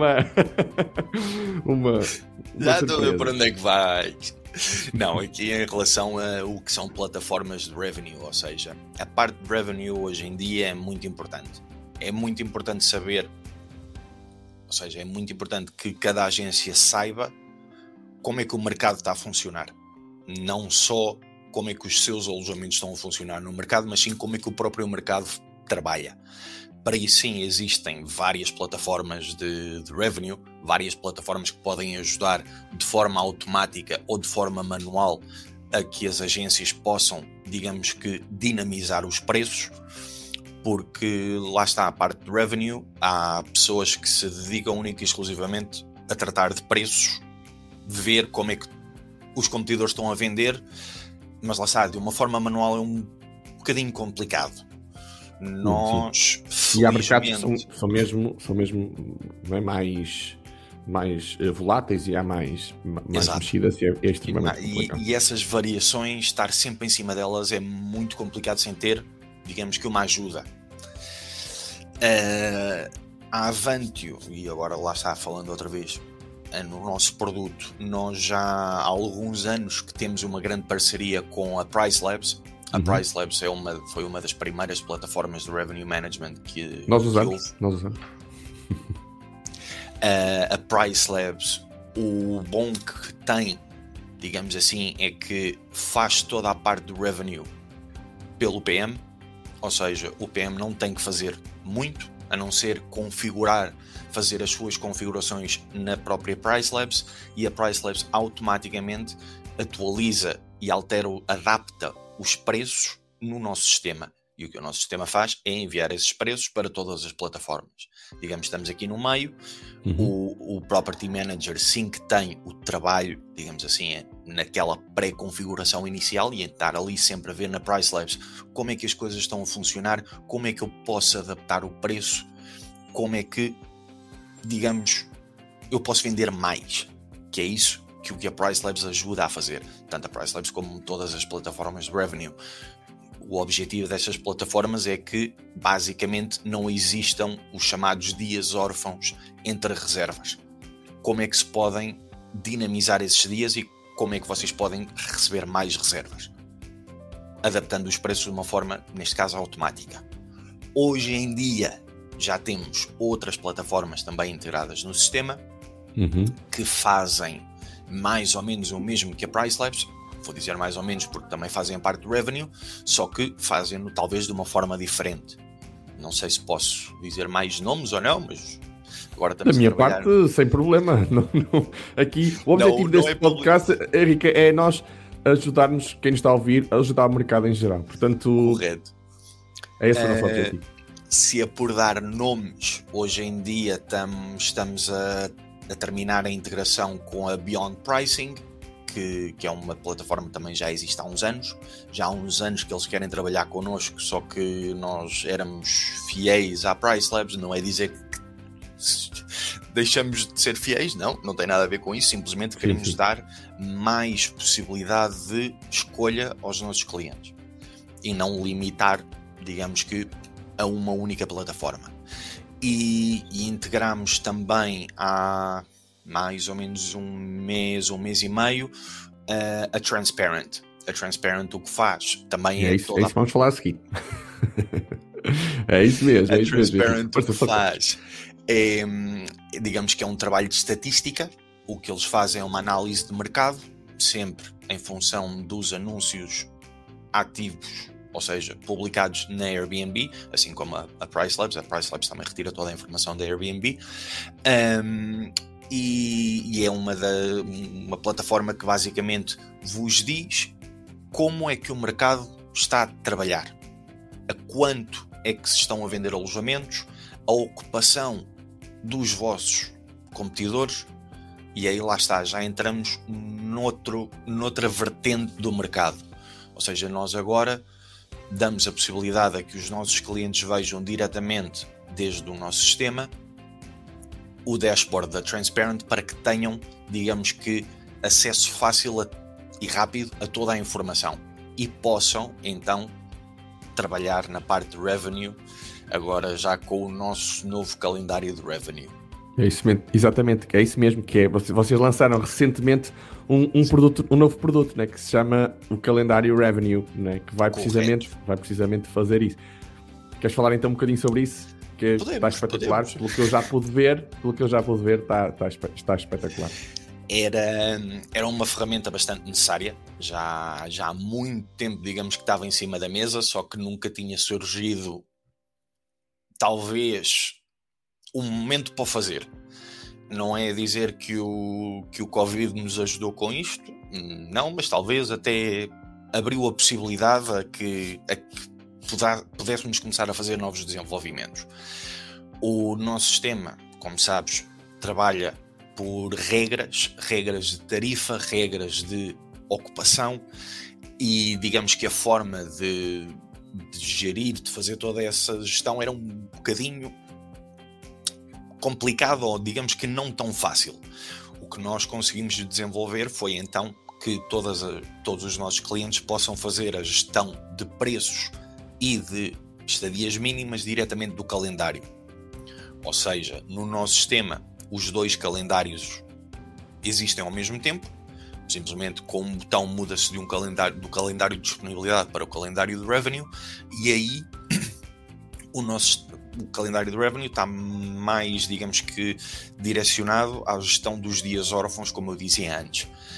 uma já estou a ver por onde é que vais. Não, aqui em relação a o que são plataformas de revenue, ou seja, a parte de revenue hoje em dia é muito importante. É muito importante saber, ou seja, é muito importante que cada agência saiba como é que o mercado está a funcionar. Não só como é que os seus alojamentos estão a funcionar no mercado, mas sim como é que o próprio mercado trabalha. Para isso sim existem várias plataformas de revenue, várias plataformas que podem ajudar de forma automática ou de forma manual a que as agências possam, digamos que, dinamizar os preços, porque lá está a parte de revenue, há pessoas que se dedicam única e exclusivamente a tratar de preços, de ver como é que os competidores estão a vender, mas lá está, de uma forma manual é um bocadinho complicado. Nós, e há mercados que são mesmo não é, mais voláteis e há mais mexidas e é extremamente complicado. E essas variações, estar sempre em cima delas é muito complicado sem ter, digamos que, uma ajuda. A Avantio, e agora lá está falando outra vez, no nosso produto, nós já há alguns anos que temos uma grande parceria com a Price Labs. A Price Labs foi uma das primeiras plataformas de revenue management que nós usamos. A Price Labs, o bom que tem digamos assim, é que faz toda a parte do revenue pelo PM, ou seja, o PM não tem que fazer muito, a não ser fazer as suas configurações na própria PriceLabs, e a PriceLabs automaticamente atualiza e adapta os preços no nosso sistema. E o que o nosso sistema faz é enviar esses preços para todas as plataformas. Digamos, estamos aqui no meio, o Property Manager, sim, que tem o trabalho, digamos assim, naquela pré-configuração inicial, e estar ali sempre a ver na PriceLabs como é que as coisas estão a funcionar, como é que eu posso adaptar o preço, como é que, digamos, eu posso vender mais, que é isso que o que a PriceLabs ajuda a fazer, tanto a PriceLabs como todas as plataformas de revenue. O objetivo destas plataformas é que, basicamente, não existam os chamados dias órfãos entre reservas. Como é que se podem dinamizar esses dias e como é que vocês podem receber mais reservas? Adaptando os preços de uma forma, neste caso, automática. Hoje em dia, já temos outras plataformas também integradas no sistema que fazem mais ou menos o mesmo que a PriceLabs. Vou dizer mais ou menos porque também fazem parte do revenue, só que fazem-no talvez de uma forma diferente. Não sei se posso dizer mais nomes ou não, mas agora estamos da minha parte, sem problema. Aqui, o objetivo deste podcast, Henrique, é nós ajudarmos, quem nos está a ouvir, a ajudar o mercado em geral. Portanto, correto. É esse o nosso objetivo. Se é por dar nomes, hoje em dia estamos a terminar a integração com a Beyond Pricing, que é uma plataforma que também já existe há uns anos. Já há uns anos que eles querem trabalhar connosco, só que nós éramos fiéis à PriceLabs. Não é dizer que deixamos de ser fiéis, não tem nada a ver com isso. Simplesmente queremos dar mais possibilidade de escolha aos nossos clientes e não limitar, digamos que, a uma única plataforma. E integramos também há mais ou menos um mês e meio, a Transparent. A Transparent o que faz também é isso, toda... vamos falar a seguir. É isso mesmo. A Transparent o que faz é, digamos que é um trabalho de estatística. O que eles fazem é uma análise de mercado, sempre em função dos anúncios ativos, ou seja, publicados na Airbnb, assim como a PriceLabs. A PriceLabs também retira toda a informação da Airbnb. E é uma plataforma que basicamente vos diz como é que o mercado está a trabalhar, a quanto é que se estão a vender alojamentos, a ocupação dos vossos competidores, e aí lá está, já entramos noutra vertente do mercado. Ou seja, nós agora damos a possibilidade a que os nossos clientes vejam diretamente desde o nosso sistema o dashboard da Transparent, para que tenham, digamos que, acesso fácil e rápido a toda a informação e possam então trabalhar na parte de revenue, agora já com o nosso novo calendário de revenue. É isso mesmo, exatamente, é isso mesmo que é. Vocês lançaram recentemente um novo produto, né, que se chama o calendário revenue, né, que vai precisamente fazer isso. Queres falar então um bocadinho sobre isso? Que está espetacular, pelo que eu já pude ver, está espetacular. Era uma ferramenta bastante necessária, já há muito tempo, digamos, que estava em cima da mesa, só que nunca tinha surgido, talvez, um momento para o fazer. Não é dizer que o Covid nos ajudou com isto, não, mas talvez até abriu a possibilidade a que pudéssemos começar a fazer novos desenvolvimentos. O nosso sistema, como sabes, trabalha por regras de tarifa, regras de ocupação, e digamos que a forma de gerir, de fazer toda essa gestão era um bocadinho complicado, ou digamos que não tão fácil. O que nós conseguimos desenvolver foi então que todos os nossos clientes possam fazer a gestão de preços e de estadias mínimas diretamente do calendário. Ou seja, no nosso sistema, os dois calendários existem ao mesmo tempo. Simplesmente com um botão muda-se do calendário de disponibilidade para o calendário de revenue, e aí o calendário de revenue está mais, digamos que, direcionado à gestão dos dias órfãos, como eu dizia antes.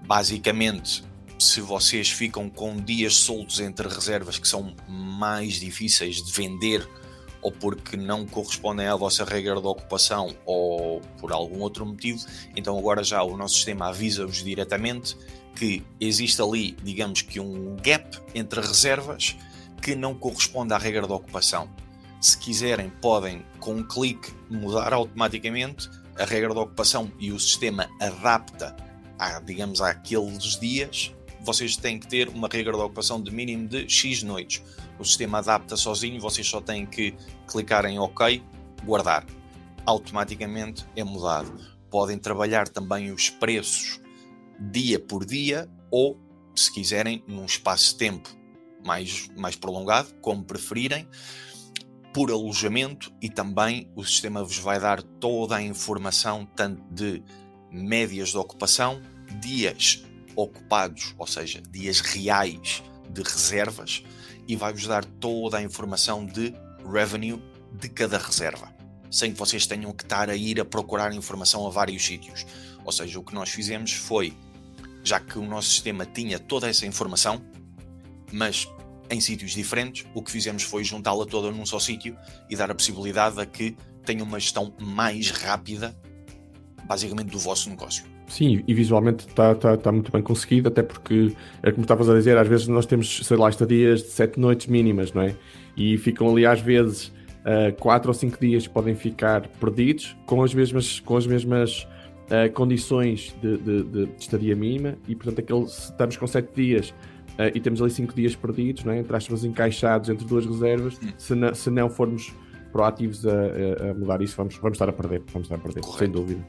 basicamente, se vocês ficam com dias soltos entre reservas que são mais difíceis de vender, ou porque não correspondem à vossa regra de ocupação, ou por algum outro motivo, então agora já o nosso sistema avisa-vos diretamente que existe ali, digamos que um gap entre reservas que não corresponde à regra de ocupação. Se quiserem, podem, com um clique, mudar automaticamente a regra de ocupação e o sistema adapta, digamos, àqueles dias. Vocês têm que ter uma regra de ocupação de mínimo de X noites. O sistema adapta sozinho, vocês só têm que clicar em OK, guardar. Automaticamente é mudado. Podem trabalhar também os preços dia por dia ou, se quiserem, num espaço de tempo mais prolongado, como preferirem, por alojamento, e também o sistema vos vai dar toda a informação, tanto de médias de ocupação, dias ocupados, ou seja, dias reais de reservas, e vai-vos dar toda a informação de revenue de cada reserva, sem que vocês tenham que estar a ir a procurar informação a vários sítios. Ou seja, o que nós fizemos foi, já que o nosso sistema tinha toda essa informação, mas em sítios diferentes, o que fizemos foi juntá-la toda num só sítio e dar a possibilidade a que tenham uma gestão mais rápida, basicamente, do vosso negócio. Sim, e visualmente está muito bem conseguido, até porque, é como estavas a dizer, às vezes nós temos, sei lá, estadias de 7 noites mínimas, não é? E ficam ali às vezes 4 ou 5 dias que podem ficar perdidos com as mesmas condições de estadia mínima, e portanto se estamos com 7 dias e temos ali 5 dias perdidos, não é? Entre aspas, encaixados entre duas reservas, se não formos proativos a mudar isso, vamos estar a perder, Correto. sem dúvida.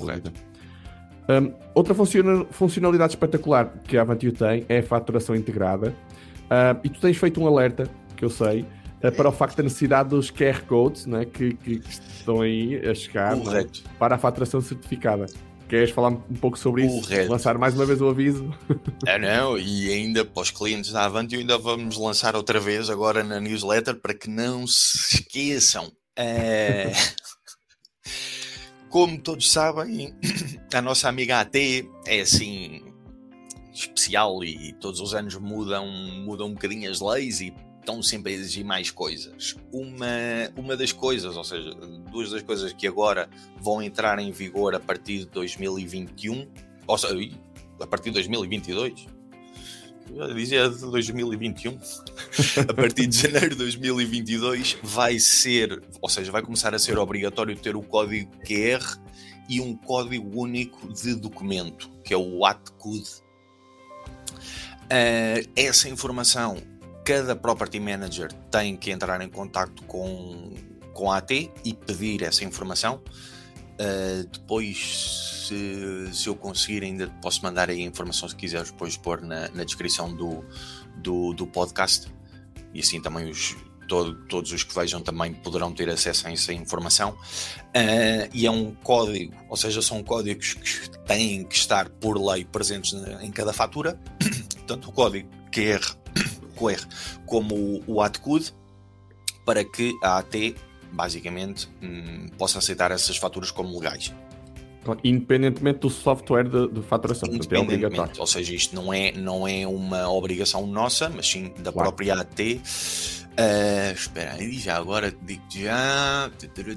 Outra funcionalidade espetacular que a Avantio tem é a faturação integrada, e tu tens feito um alerta, que eu sei, para o facto da necessidade dos QR Codes, não é? que estão aí a chegar, não é? Para a faturação certificada. Queres falar um pouco sobre isso? Correto. Lançar mais uma vez o aviso? Não, e ainda para os clientes da Avantio ainda vamos lançar outra vez agora na newsletter, para que não se esqueçam. Como todos sabem, a nossa amiga AT é assim especial e todos os anos mudam um bocadinho as leis e estão sempre a exigir mais coisas. Uma das coisas, ou seja, duas das coisas que agora vão entrar em vigor a partir de 2021, ou seja, a partir de 2022, eu dizia de 2021, a partir de janeiro de 2022 vai começar a ser obrigatório ter o código QR e um código único de documento, que é o AT-Code. Essa informação, cada Property Manager tem que entrar em contacto com a AT e pedir essa informação. Depois, se eu conseguir, ainda posso mandar aí a informação, se quiseres depois pôr na descrição do podcast, e assim também todos os que vejam também poderão ter acesso a essa informação. E é um código, ou seja, são códigos que têm que estar por lei presentes em cada fatura, tanto o código QR como o AT-Code, para que a AT basicamente possa aceitar essas faturas como legais. Independentemente do software de faturação, é obrigatório. Ou seja, isto não é uma obrigação nossa, mas sim da própria AT. Espera aí, já agora digo já.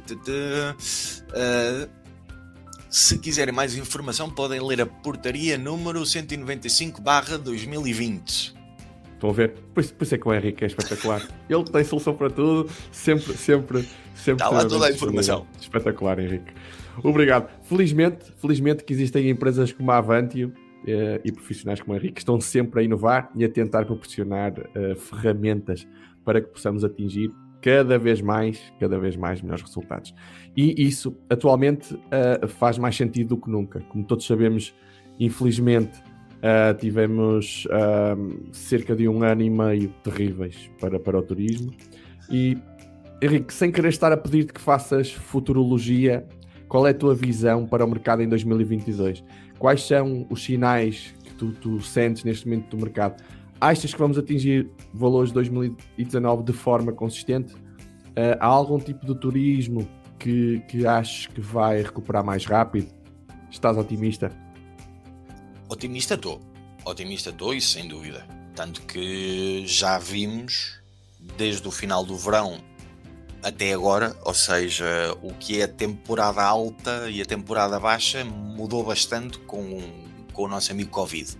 Se quiserem mais informação, podem ler a portaria número 195/2020. Estão a ver? Por isso é que o Henrique é espetacular. Ele tem solução para tudo, sempre. Está lá toda a informação. Espetacular, Henrique. Obrigado. Felizmente que existem empresas como a Avantio e profissionais como o Henrique que estão sempre a inovar e a tentar proporcionar ferramentas para que possamos atingir cada vez mais melhores resultados. E isso, atualmente, faz mais sentido do que nunca. Como todos sabemos, infelizmente, tivemos cerca de 1 ano e meio terríveis para o turismo. E, Henrique, sem querer estar a pedir-te que faças futurologia, qual é a tua visão para o mercado em 2022? Quais são os sinais que tu sentes neste momento do mercado? Achas que vamos atingir valores de 2019 de forma consistente? Há algum tipo de turismo que achas que vai recuperar mais rápido? Estás otimista? Otimista estou, isso sem dúvida. Tanto que já vimos, desde o final do verão até agora, ou seja, o que é a temporada alta e a temporada baixa mudou bastante com o nosso amigo Covid.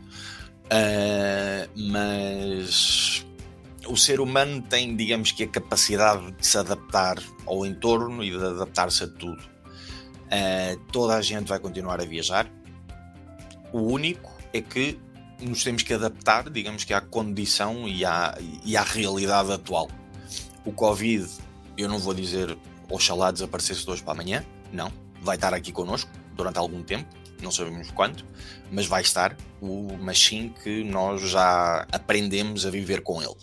Mas o ser humano tem, digamos que, a capacidade de se adaptar ao entorno e de adaptar-se a tudo. Toda a gente vai continuar a viajar. O único é que nos temos que adaptar, digamos que, à condição e à realidade atual. O Covid, eu não vou dizer oxalá desaparecesse de hoje para amanhã, não. Vai estar aqui connosco durante algum tempo, não sabemos quanto, mas vai estar, mas sim que nós já aprendemos a viver com ele.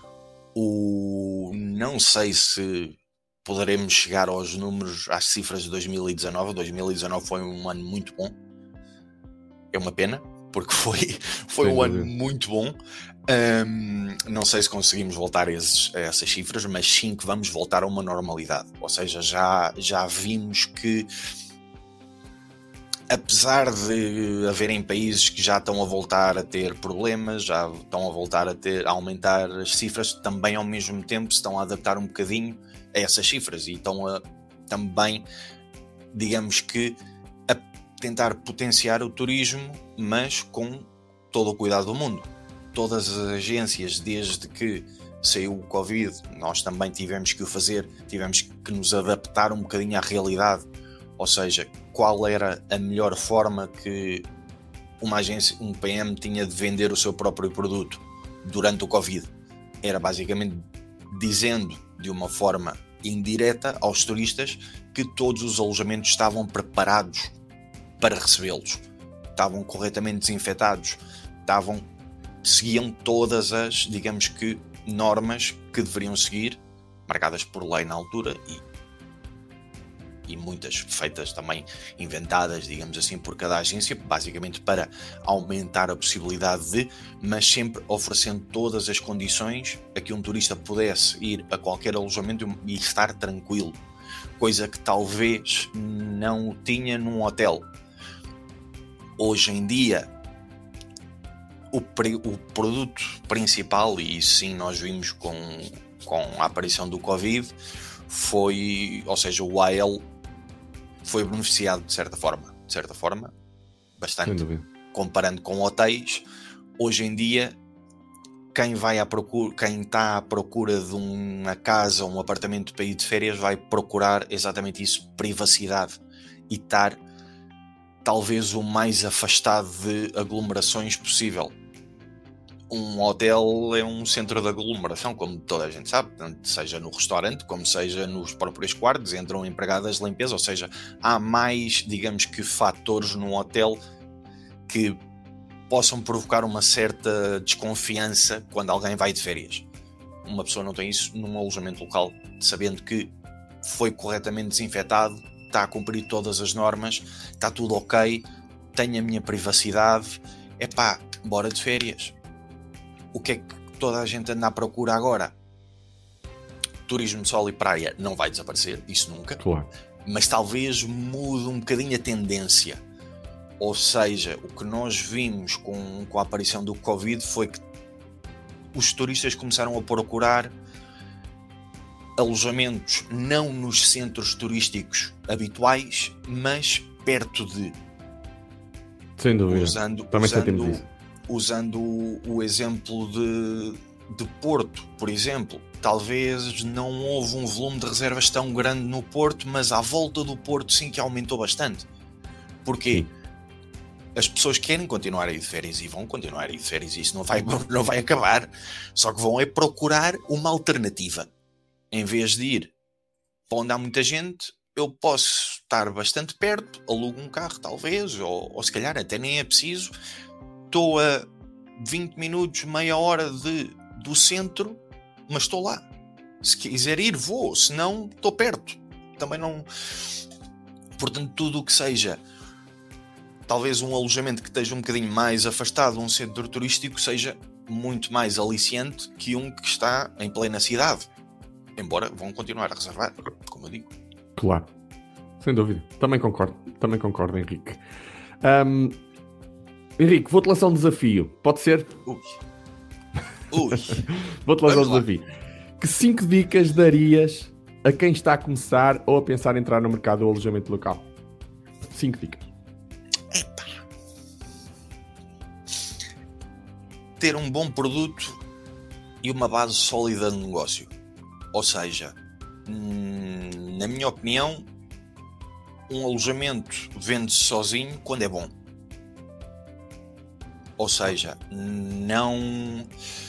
Não sei se poderemos chegar aos números, às cifras de 2019. 2019 foi um ano muito bom. É uma pena, porque foi um ano muito bom. Não sei se conseguimos voltar a essas cifras, mas sim que vamos voltar a uma normalidade. Ou seja, já vimos que, apesar de haverem países que já estão a voltar a ter problemas, já estão a voltar a aumentar as cifras, também ao mesmo tempo se estão a adaptar um bocadinho a essas cifras e estão a também, digamos que, a tentar potenciar o turismo, mas com todo o cuidado do mundo. Todas as agências, desde que saiu o Covid, nós também tivemos que o fazer, tivemos que nos adaptar um bocadinho à realidade, ou seja, qual era a melhor forma que uma agência, um PM tinha de vender o seu próprio produto durante o Covid. Era basicamente dizendo de uma forma indireta aos turistas que todos os alojamentos estavam preparados para recebê-los, estavam corretamente desinfetados, seguiam todas as, digamos que, normas que deveriam seguir, marcadas por lei na altura e muitas feitas também, inventadas, digamos assim, por cada agência, basicamente para aumentar a possibilidade de, mas sempre oferecendo todas as condições a que um turista pudesse ir a qualquer alojamento e estar tranquilo, coisa que talvez não tinha num hotel. Hoje em dia, o produto principal, e isso sim nós vimos com a aparição do Covid, ou seja, o AL foi beneficiado de certa forma, bastante, comparando com hotéis. Hoje em dia, quem está à procura de uma casa ou um apartamento para ir de férias vai procurar exatamente isso, privacidade, e estar talvez o mais afastado de aglomerações possível. Um hotel é um centro de aglomeração, como toda a gente sabe, tanto seja no restaurante como seja nos próprios quartos, entram empregadas de limpeza, ou seja, há mais, digamos que, fatores num hotel que possam provocar uma certa desconfiança quando alguém vai de férias. Uma pessoa não tem isso num alojamento local, sabendo que foi corretamente desinfetado, está a cumprir todas as normas, está tudo ok, tenho a minha privacidade, bora de férias. O que é que toda a gente anda à procura agora? Turismo de sol e praia não vai desaparecer, isso nunca. Claro. Mas talvez mude um bocadinho a tendência. Ou seja, o que nós vimos com a aparição do Covid foi que os turistas começaram a procurar alojamentos não nos centros turísticos habituais, mas perto de. Sem dúvida. Usando o exemplo de Porto, por exemplo, talvez não houve um volume de reservas tão grande no Porto, mas à volta do Porto sim que aumentou bastante. Porquê? As pessoas querem continuar a ir de férias e vão continuar a ir de férias e isso não vai acabar. Só que vão procurar uma alternativa. Em vez de ir para onde há muita gente, eu posso estar bastante perto, alugo um carro talvez, ou se calhar até nem é preciso. Estou a 20 minutos, meia hora do centro, mas estou lá. Se quiser ir, vou. Se não, estou perto. Também não... Portanto, tudo o que seja, talvez um alojamento que esteja um bocadinho mais afastado de um centro turístico seja muito mais aliciante que um que está em plena cidade. Embora vão continuar a reservar, como eu digo. Claro. Sem dúvida. Também concordo, Henrique. Henrique, vou-te lançar um desafio. Pode ser? Ui. Vou-te lançar um Vamos lá. desafio. Que 5 dicas darias a quem está a começar ou a pensar em entrar no mercado do alojamento local? 5 dicas. Ter um bom produto e uma base sólida de negócio. Ou seja, na minha opinião, um alojamento vende-se sozinho quando é bom. Ou seja, não...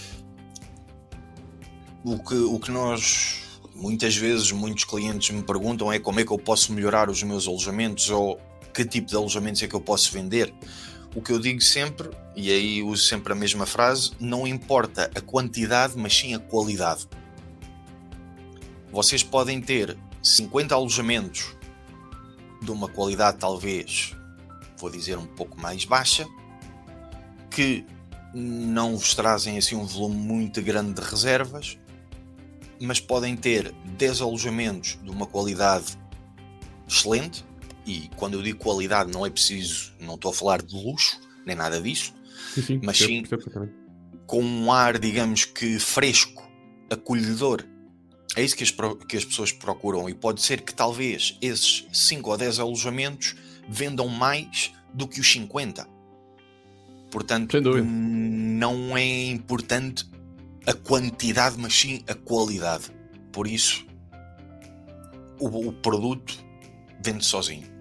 O que nós, muitas vezes, muitos clientes me perguntam é como é que eu posso melhorar os meus alojamentos ou que tipo de alojamentos é que eu posso vender. O que eu digo sempre, e aí uso sempre a mesma frase, não importa a quantidade, mas sim a qualidade. Vocês podem ter 50 alojamentos de uma qualidade talvez, vou dizer, um pouco mais baixa, que não vos trazem assim um volume muito grande de reservas, mas podem ter 10 alojamentos de uma qualidade excelente. E quando eu digo qualidade não é preciso, não estou a falar de luxo, nem nada disso, Sim, mas percebo sim perfeitamente. com um ar, digamos que fresco, acolhedor. É isso que as pessoas procuram, e pode ser que talvez esses 5 ou 10 alojamentos vendam mais do que os 50. Portanto, Sem dúvida. não é importante a quantidade, mas sim a qualidade. Por isso, o produto vende sozinho.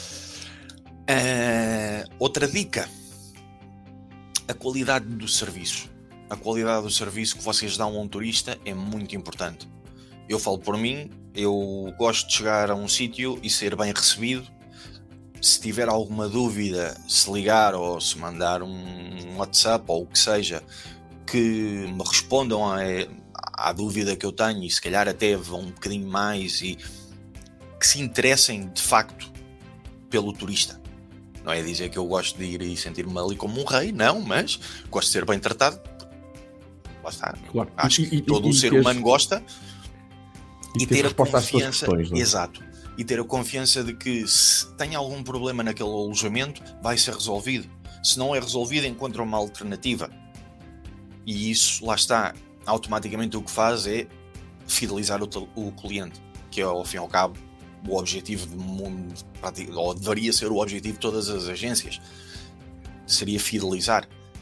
Outra dica: a qualidade do serviço. A qualidade do serviço que vocês dão a um turista é muito importante. Eu falo por mim, eu gosto de chegar a um sítio e ser bem recebido. Se tiver alguma dúvida, se ligar ou se mandar um WhatsApp ou o que seja, que me respondam à dúvida que eu tenho, e se calhar até vão um bocadinho mais, e que se interessem de facto pelo turista. Não é dizer que eu gosto de ir e sentir-me ali como um rei, não, mas gosto de ser bem tratado. Lá está. Claro. Acho que todo o ser humano gosta. E ter a resposta às suas confiança, questões, não é? exato, e ter a confiança de que se tem algum problema naquele alojamento, vai ser resolvido. Se não é resolvido, encontra uma alternativa. E isso, lá está, automaticamente o que faz é fidelizar o cliente, que é, ao fim e ao cabo, o objetivo ou deveria ser o objetivo de todas as agências. Seria fidelizar.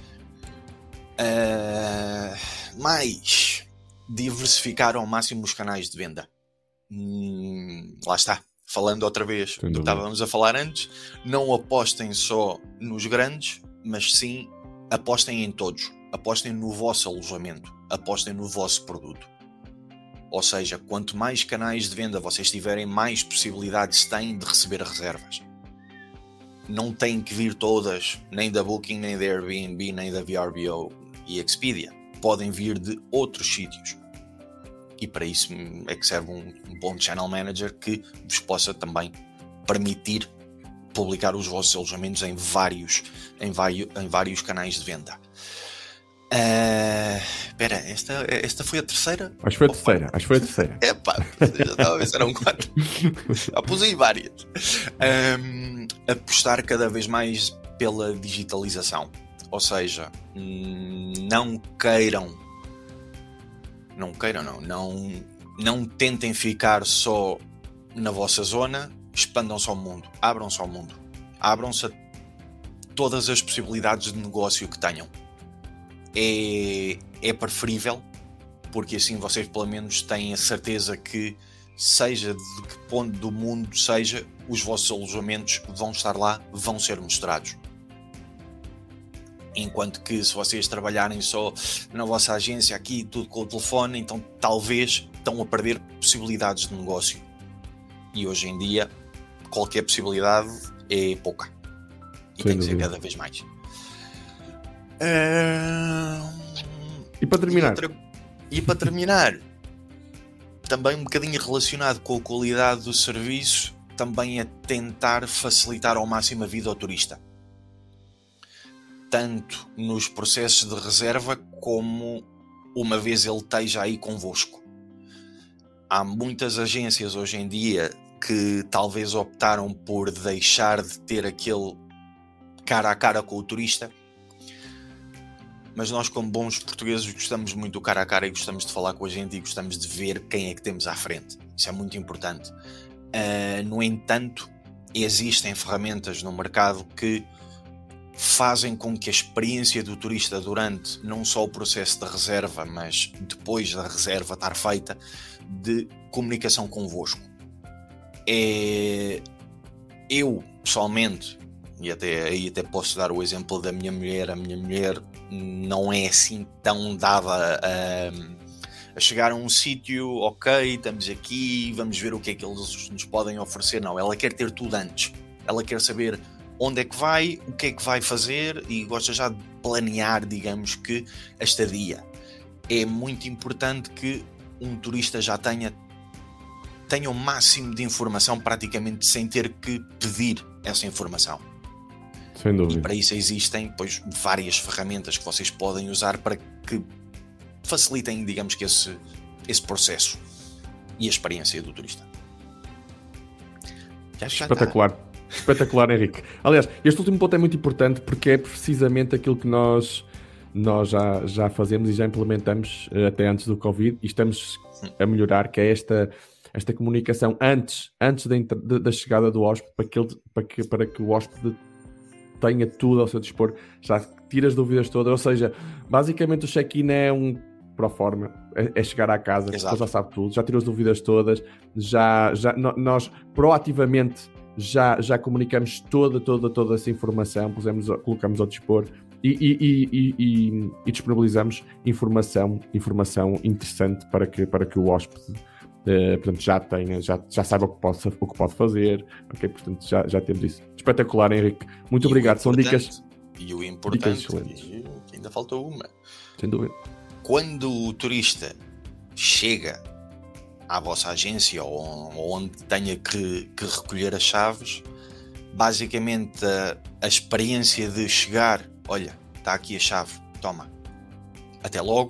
Mais diversificar ao máximo os canais de venda. Lá está, falando outra vez do que estávamos a falar antes, não apostem só nos grandes, mas sim apostem em todos. Apostem no vosso alojamento, apostem no vosso produto. Ou seja, quanto mais canais de venda vocês tiverem, mais possibilidades têm de receber reservas. Não têm que vir todas, nem da Booking, nem da Airbnb, nem da VRBO e Expedia. Podem vir de outros sítios. E para isso é que serve um bom channel manager que vos possa também permitir publicar os vossos alojamentos em vários canais de venda. Espera, esta foi a terceira? Acho que foi a terceira. Epá, já estava a ver se eram 4. Já pus aí várias. Apostar cada vez mais pela digitalização. Ou seja, não tentem ficar só na vossa zona, expandam-se ao mundo, abram-se ao mundo, abram-se a todas as possibilidades de negócio que tenham. É preferível, porque assim vocês pelo menos têm a certeza que, seja de que ponto do mundo seja, os vossos alojamentos vão estar lá, vão ser mostrados. Enquanto que se vocês trabalharem só na vossa agência aqui, tudo com o telefone, então talvez estão a perder possibilidades de negócio. E hoje em dia, qualquer possibilidade é pouca. E tem que ser cada vez mais. E para terminar? E para terminar, também um bocadinho relacionado com a qualidade do serviço, também é tentar facilitar ao máximo a vida ao turista. Tanto nos processos de reserva como uma vez ele esteja aí convosco. Há muitas agências hoje em dia que talvez optaram por deixar de ter aquele cara a cara com o turista, mas nós, como bons portugueses, gostamos muito do cara a cara e gostamos de falar com a gente e gostamos de ver quem é que temos à frente. Isso é muito importante. No entanto, existem ferramentas no mercado que fazem com que a experiência do turista durante não só o processo de reserva, mas depois da reserva estar feita, de comunicação convosco. Eu, pessoalmente, e até posso dar o exemplo da minha mulher, a minha mulher não é assim tão dada a chegar a um sítio, ok, estamos aqui, vamos ver o que é que eles nos podem oferecer. Não, ela quer ter tudo antes. Ela quer saber onde é que vai, o que é que vai fazer e gosta já de planear, digamos que, a estadia. É muito importante que um turista já tenha o máximo de informação praticamente sem ter que pedir essa informação. Sem dúvida. E para isso existem, pois, várias ferramentas que vocês podem usar para que facilitem, digamos que, esse processo e a experiência do turista. Espetacular. Espetacular, Henrique. Aliás, este último ponto é muito importante porque é precisamente aquilo que nós já fazemos e já implementamos até antes do Covid e estamos a melhorar, que é esta comunicação antes da chegada do hóspede, para que o hóspede tenha tudo ao seu dispor, já tira as dúvidas todas, ou seja, basicamente o check-in é um proforma, é chegar à casa, já sabe tudo, já tirou as dúvidas todas, nós proativamente já comunicamos toda essa informação, colocamos ao dispor e disponibilizamos informação interessante para que o hóspede portanto, já saiba o que pode fazer, ok? Portanto, já temos isso. Espetacular, Henrique. Muito obrigado. São dicas. E o importante, que ainda faltou uma. Sem dúvida. Quando o turista chega à vossa agência ou onde tenha que recolher as chaves, basicamente a experiência de chegar, olha, está aqui a chave, toma, até logo,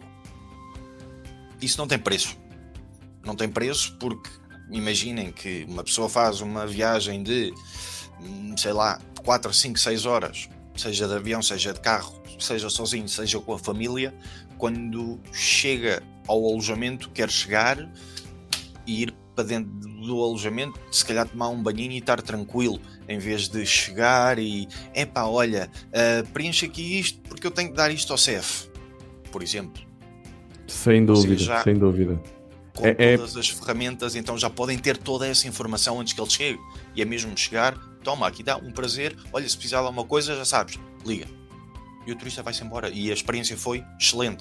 isso não tem preço. Não tem preço porque imaginem que uma pessoa faz uma viagem de, sei lá, 4, 5, 6 horas, seja de avião, seja de carro, seja sozinho, seja com a família, quando chega ao alojamento quer chegar e ir para dentro do alojamento, se calhar tomar um banhinho e estar tranquilo, em vez de chegar e, olha, preencha aqui isto porque eu tenho que dar isto ao CEF, por exemplo. Sem dúvida, sem dúvida. Com todas as ferramentas, então já podem ter toda essa informação antes que ele chegue. E é mesmo chegar, toma, aqui dá um prazer, olha, se precisar de alguma coisa, já sabes, liga. E o turista vai-se embora. E a experiência foi excelente.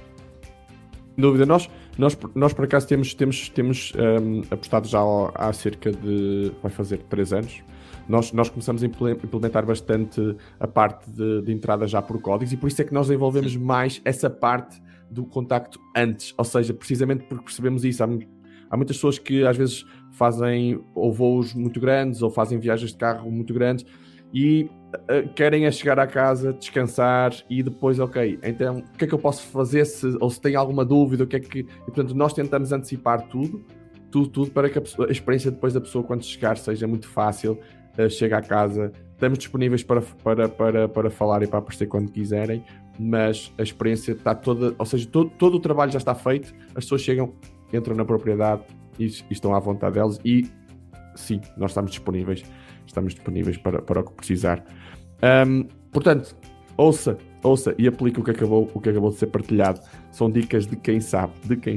Sem dúvida, nós por acaso temos apostado já há cerca de, vai fazer 3 anos. Nós começamos a implementar bastante a parte de entrada já por códigos e por isso é que nós desenvolvemos mais essa parte do contacto antes, ou seja, precisamente porque percebemos isso. Há muitas pessoas que às vezes fazem ou voos muito grandes ou fazem viagens de carro muito grandes e querem chegar à casa, descansar e depois, ok, então o que é que eu posso fazer se tem alguma dúvida, o que é que... E, portanto, nós tentamos antecipar tudo para que a experiência depois da pessoa quando chegar seja muito fácil, chega à casa, estamos disponíveis para falar e para aparecer quando quiserem, mas a experiência está toda, ou seja, todo o trabalho já está feito, as pessoas chegam, entram na propriedade e estão à vontade delas e sim, nós estamos disponíveis para o que precisar. Portanto, ouça e aplique o que acabou de ser partilhado. São dicas de quem sabe.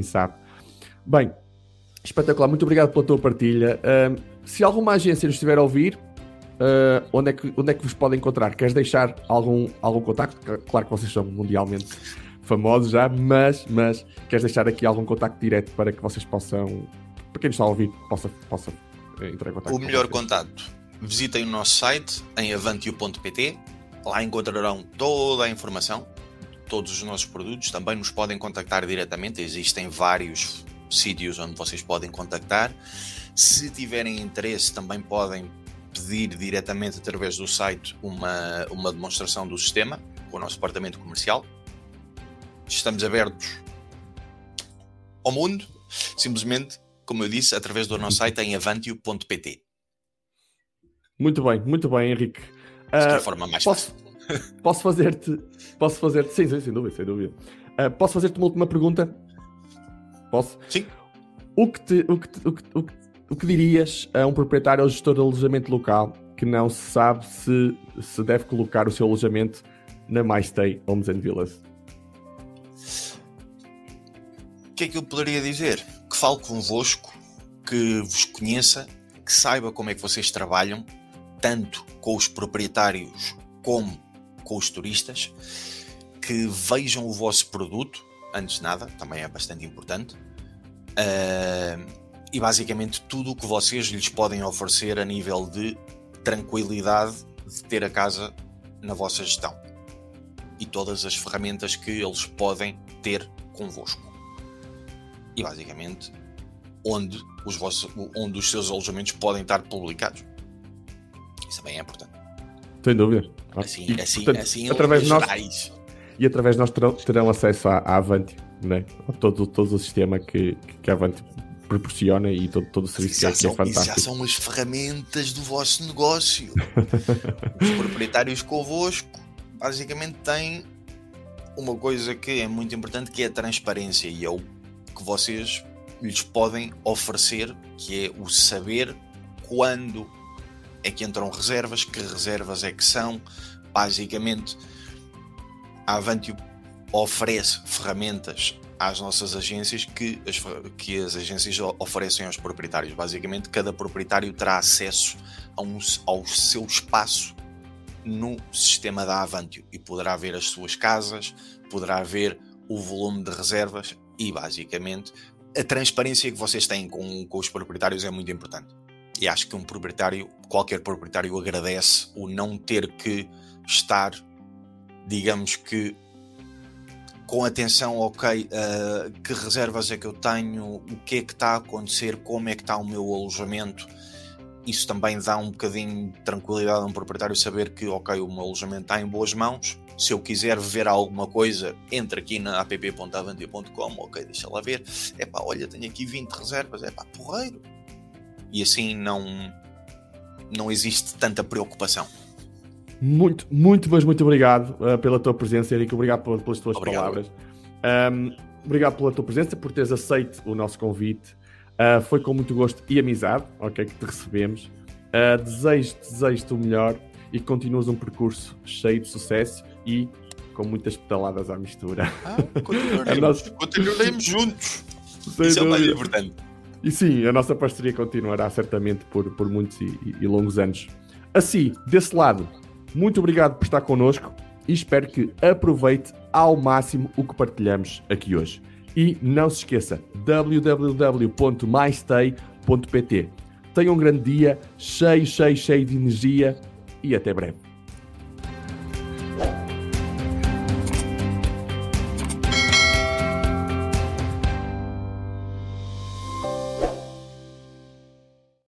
Bem, espetacular, muito obrigado pela tua partilha. Se alguma agência nos estiver a ouvir, onde é que vos podem encontrar? Queres deixar algum contacto? Claro que vocês são mundialmente famosos já, mas queres deixar aqui algum contacto direto para que vocês possam, para quem nos está a ouvir, possa entrar em contacto? O melhor contacto, visitem o nosso site em avantio.pt, lá encontrarão toda a informação, todos os nossos produtos, também nos podem contactar diretamente, existem vários sítios onde vocês podem contactar. Se tiverem interesse, também podem pedir diretamente através do site uma demonstração do sistema com o nosso departamento comercial. Estamos abertos ao mundo, simplesmente, como eu disse, através do nosso site em avantio.pt. Muito bem, Henrique. é a forma mais fácil. Posso fazer-te, sim, sem dúvida. Posso fazer-te uma última pergunta? Posso? Sim. O que dirias a um proprietário ou gestor de alojamento local que não se sabe se deve colocar o seu alojamento na MyStay Homes and Villas? O que é que eu poderia dizer? Que fale convosco, que vos conheça, que saiba como é que vocês trabalham, tanto com os proprietários como com os turistas, que vejam o vosso produto, antes de nada, também é bastante importante, e basicamente tudo o que vocês lhes podem oferecer a nível de tranquilidade de ter a casa na vossa gestão e todas as ferramentas que eles podem ter convosco. E basicamente onde os seus alojamentos podem estar publicados. Isso também é importante. Sem dúvida. Assim através de nós, gerais. e através de nós terão acesso à Avanti, né? Todo o sistema que a Avanti proporciona e todo o serviço que é fantástico. Isso já são as ferramentas do vosso negócio. Os proprietários convosco basicamente têm uma coisa que é muito importante, que é a transparência, e é o que vocês lhes podem oferecer, que é o saber quando é que entram reservas, que reservas é que são. Basicamente, a Avantio oferece ferramentas às nossas agências que as agências oferecem aos proprietários. Basicamente, cada proprietário terá acesso ao seu espaço no sistema da Avantio e poderá ver as suas casas, poderá ver o volume de reservas e, basicamente, a transparência que vocês têm com os proprietários é muito importante. E acho que qualquer proprietário agradece o não ter que estar, digamos que, com atenção, ok, que reservas é que eu tenho, o que é que está a acontecer, como é que está o meu alojamento. Isso também dá um bocadinho de tranquilidade a um proprietário saber que, ok, o meu alojamento está em boas mãos. Se eu quiser ver alguma coisa, entra aqui na app.avantio.com, ok, deixa lá ver. Olha, tenho aqui 20 reservas, porreiro. E assim não existe tanta preocupação. Muito obrigado pela tua presença, Érico. Obrigado pelas tuas palavras. Obrigado pela tua presença, por teres aceito o nosso convite. Foi com muito gosto e amizade, ok, que te recebemos. Desejo-te o melhor e que continues um percurso cheio de sucesso e com muitas pedaladas à mistura. Continuaremos juntos. Isso é o mais importante. E sim, a nossa parceria continuará certamente por muitos e longos anos. Assim, desse lado, muito obrigado por estar connosco e espero que aproveite ao máximo o que partilhamos aqui hoje. E não se esqueça, www.mystay.pt. Tenha um grande dia, cheio de energia e até breve.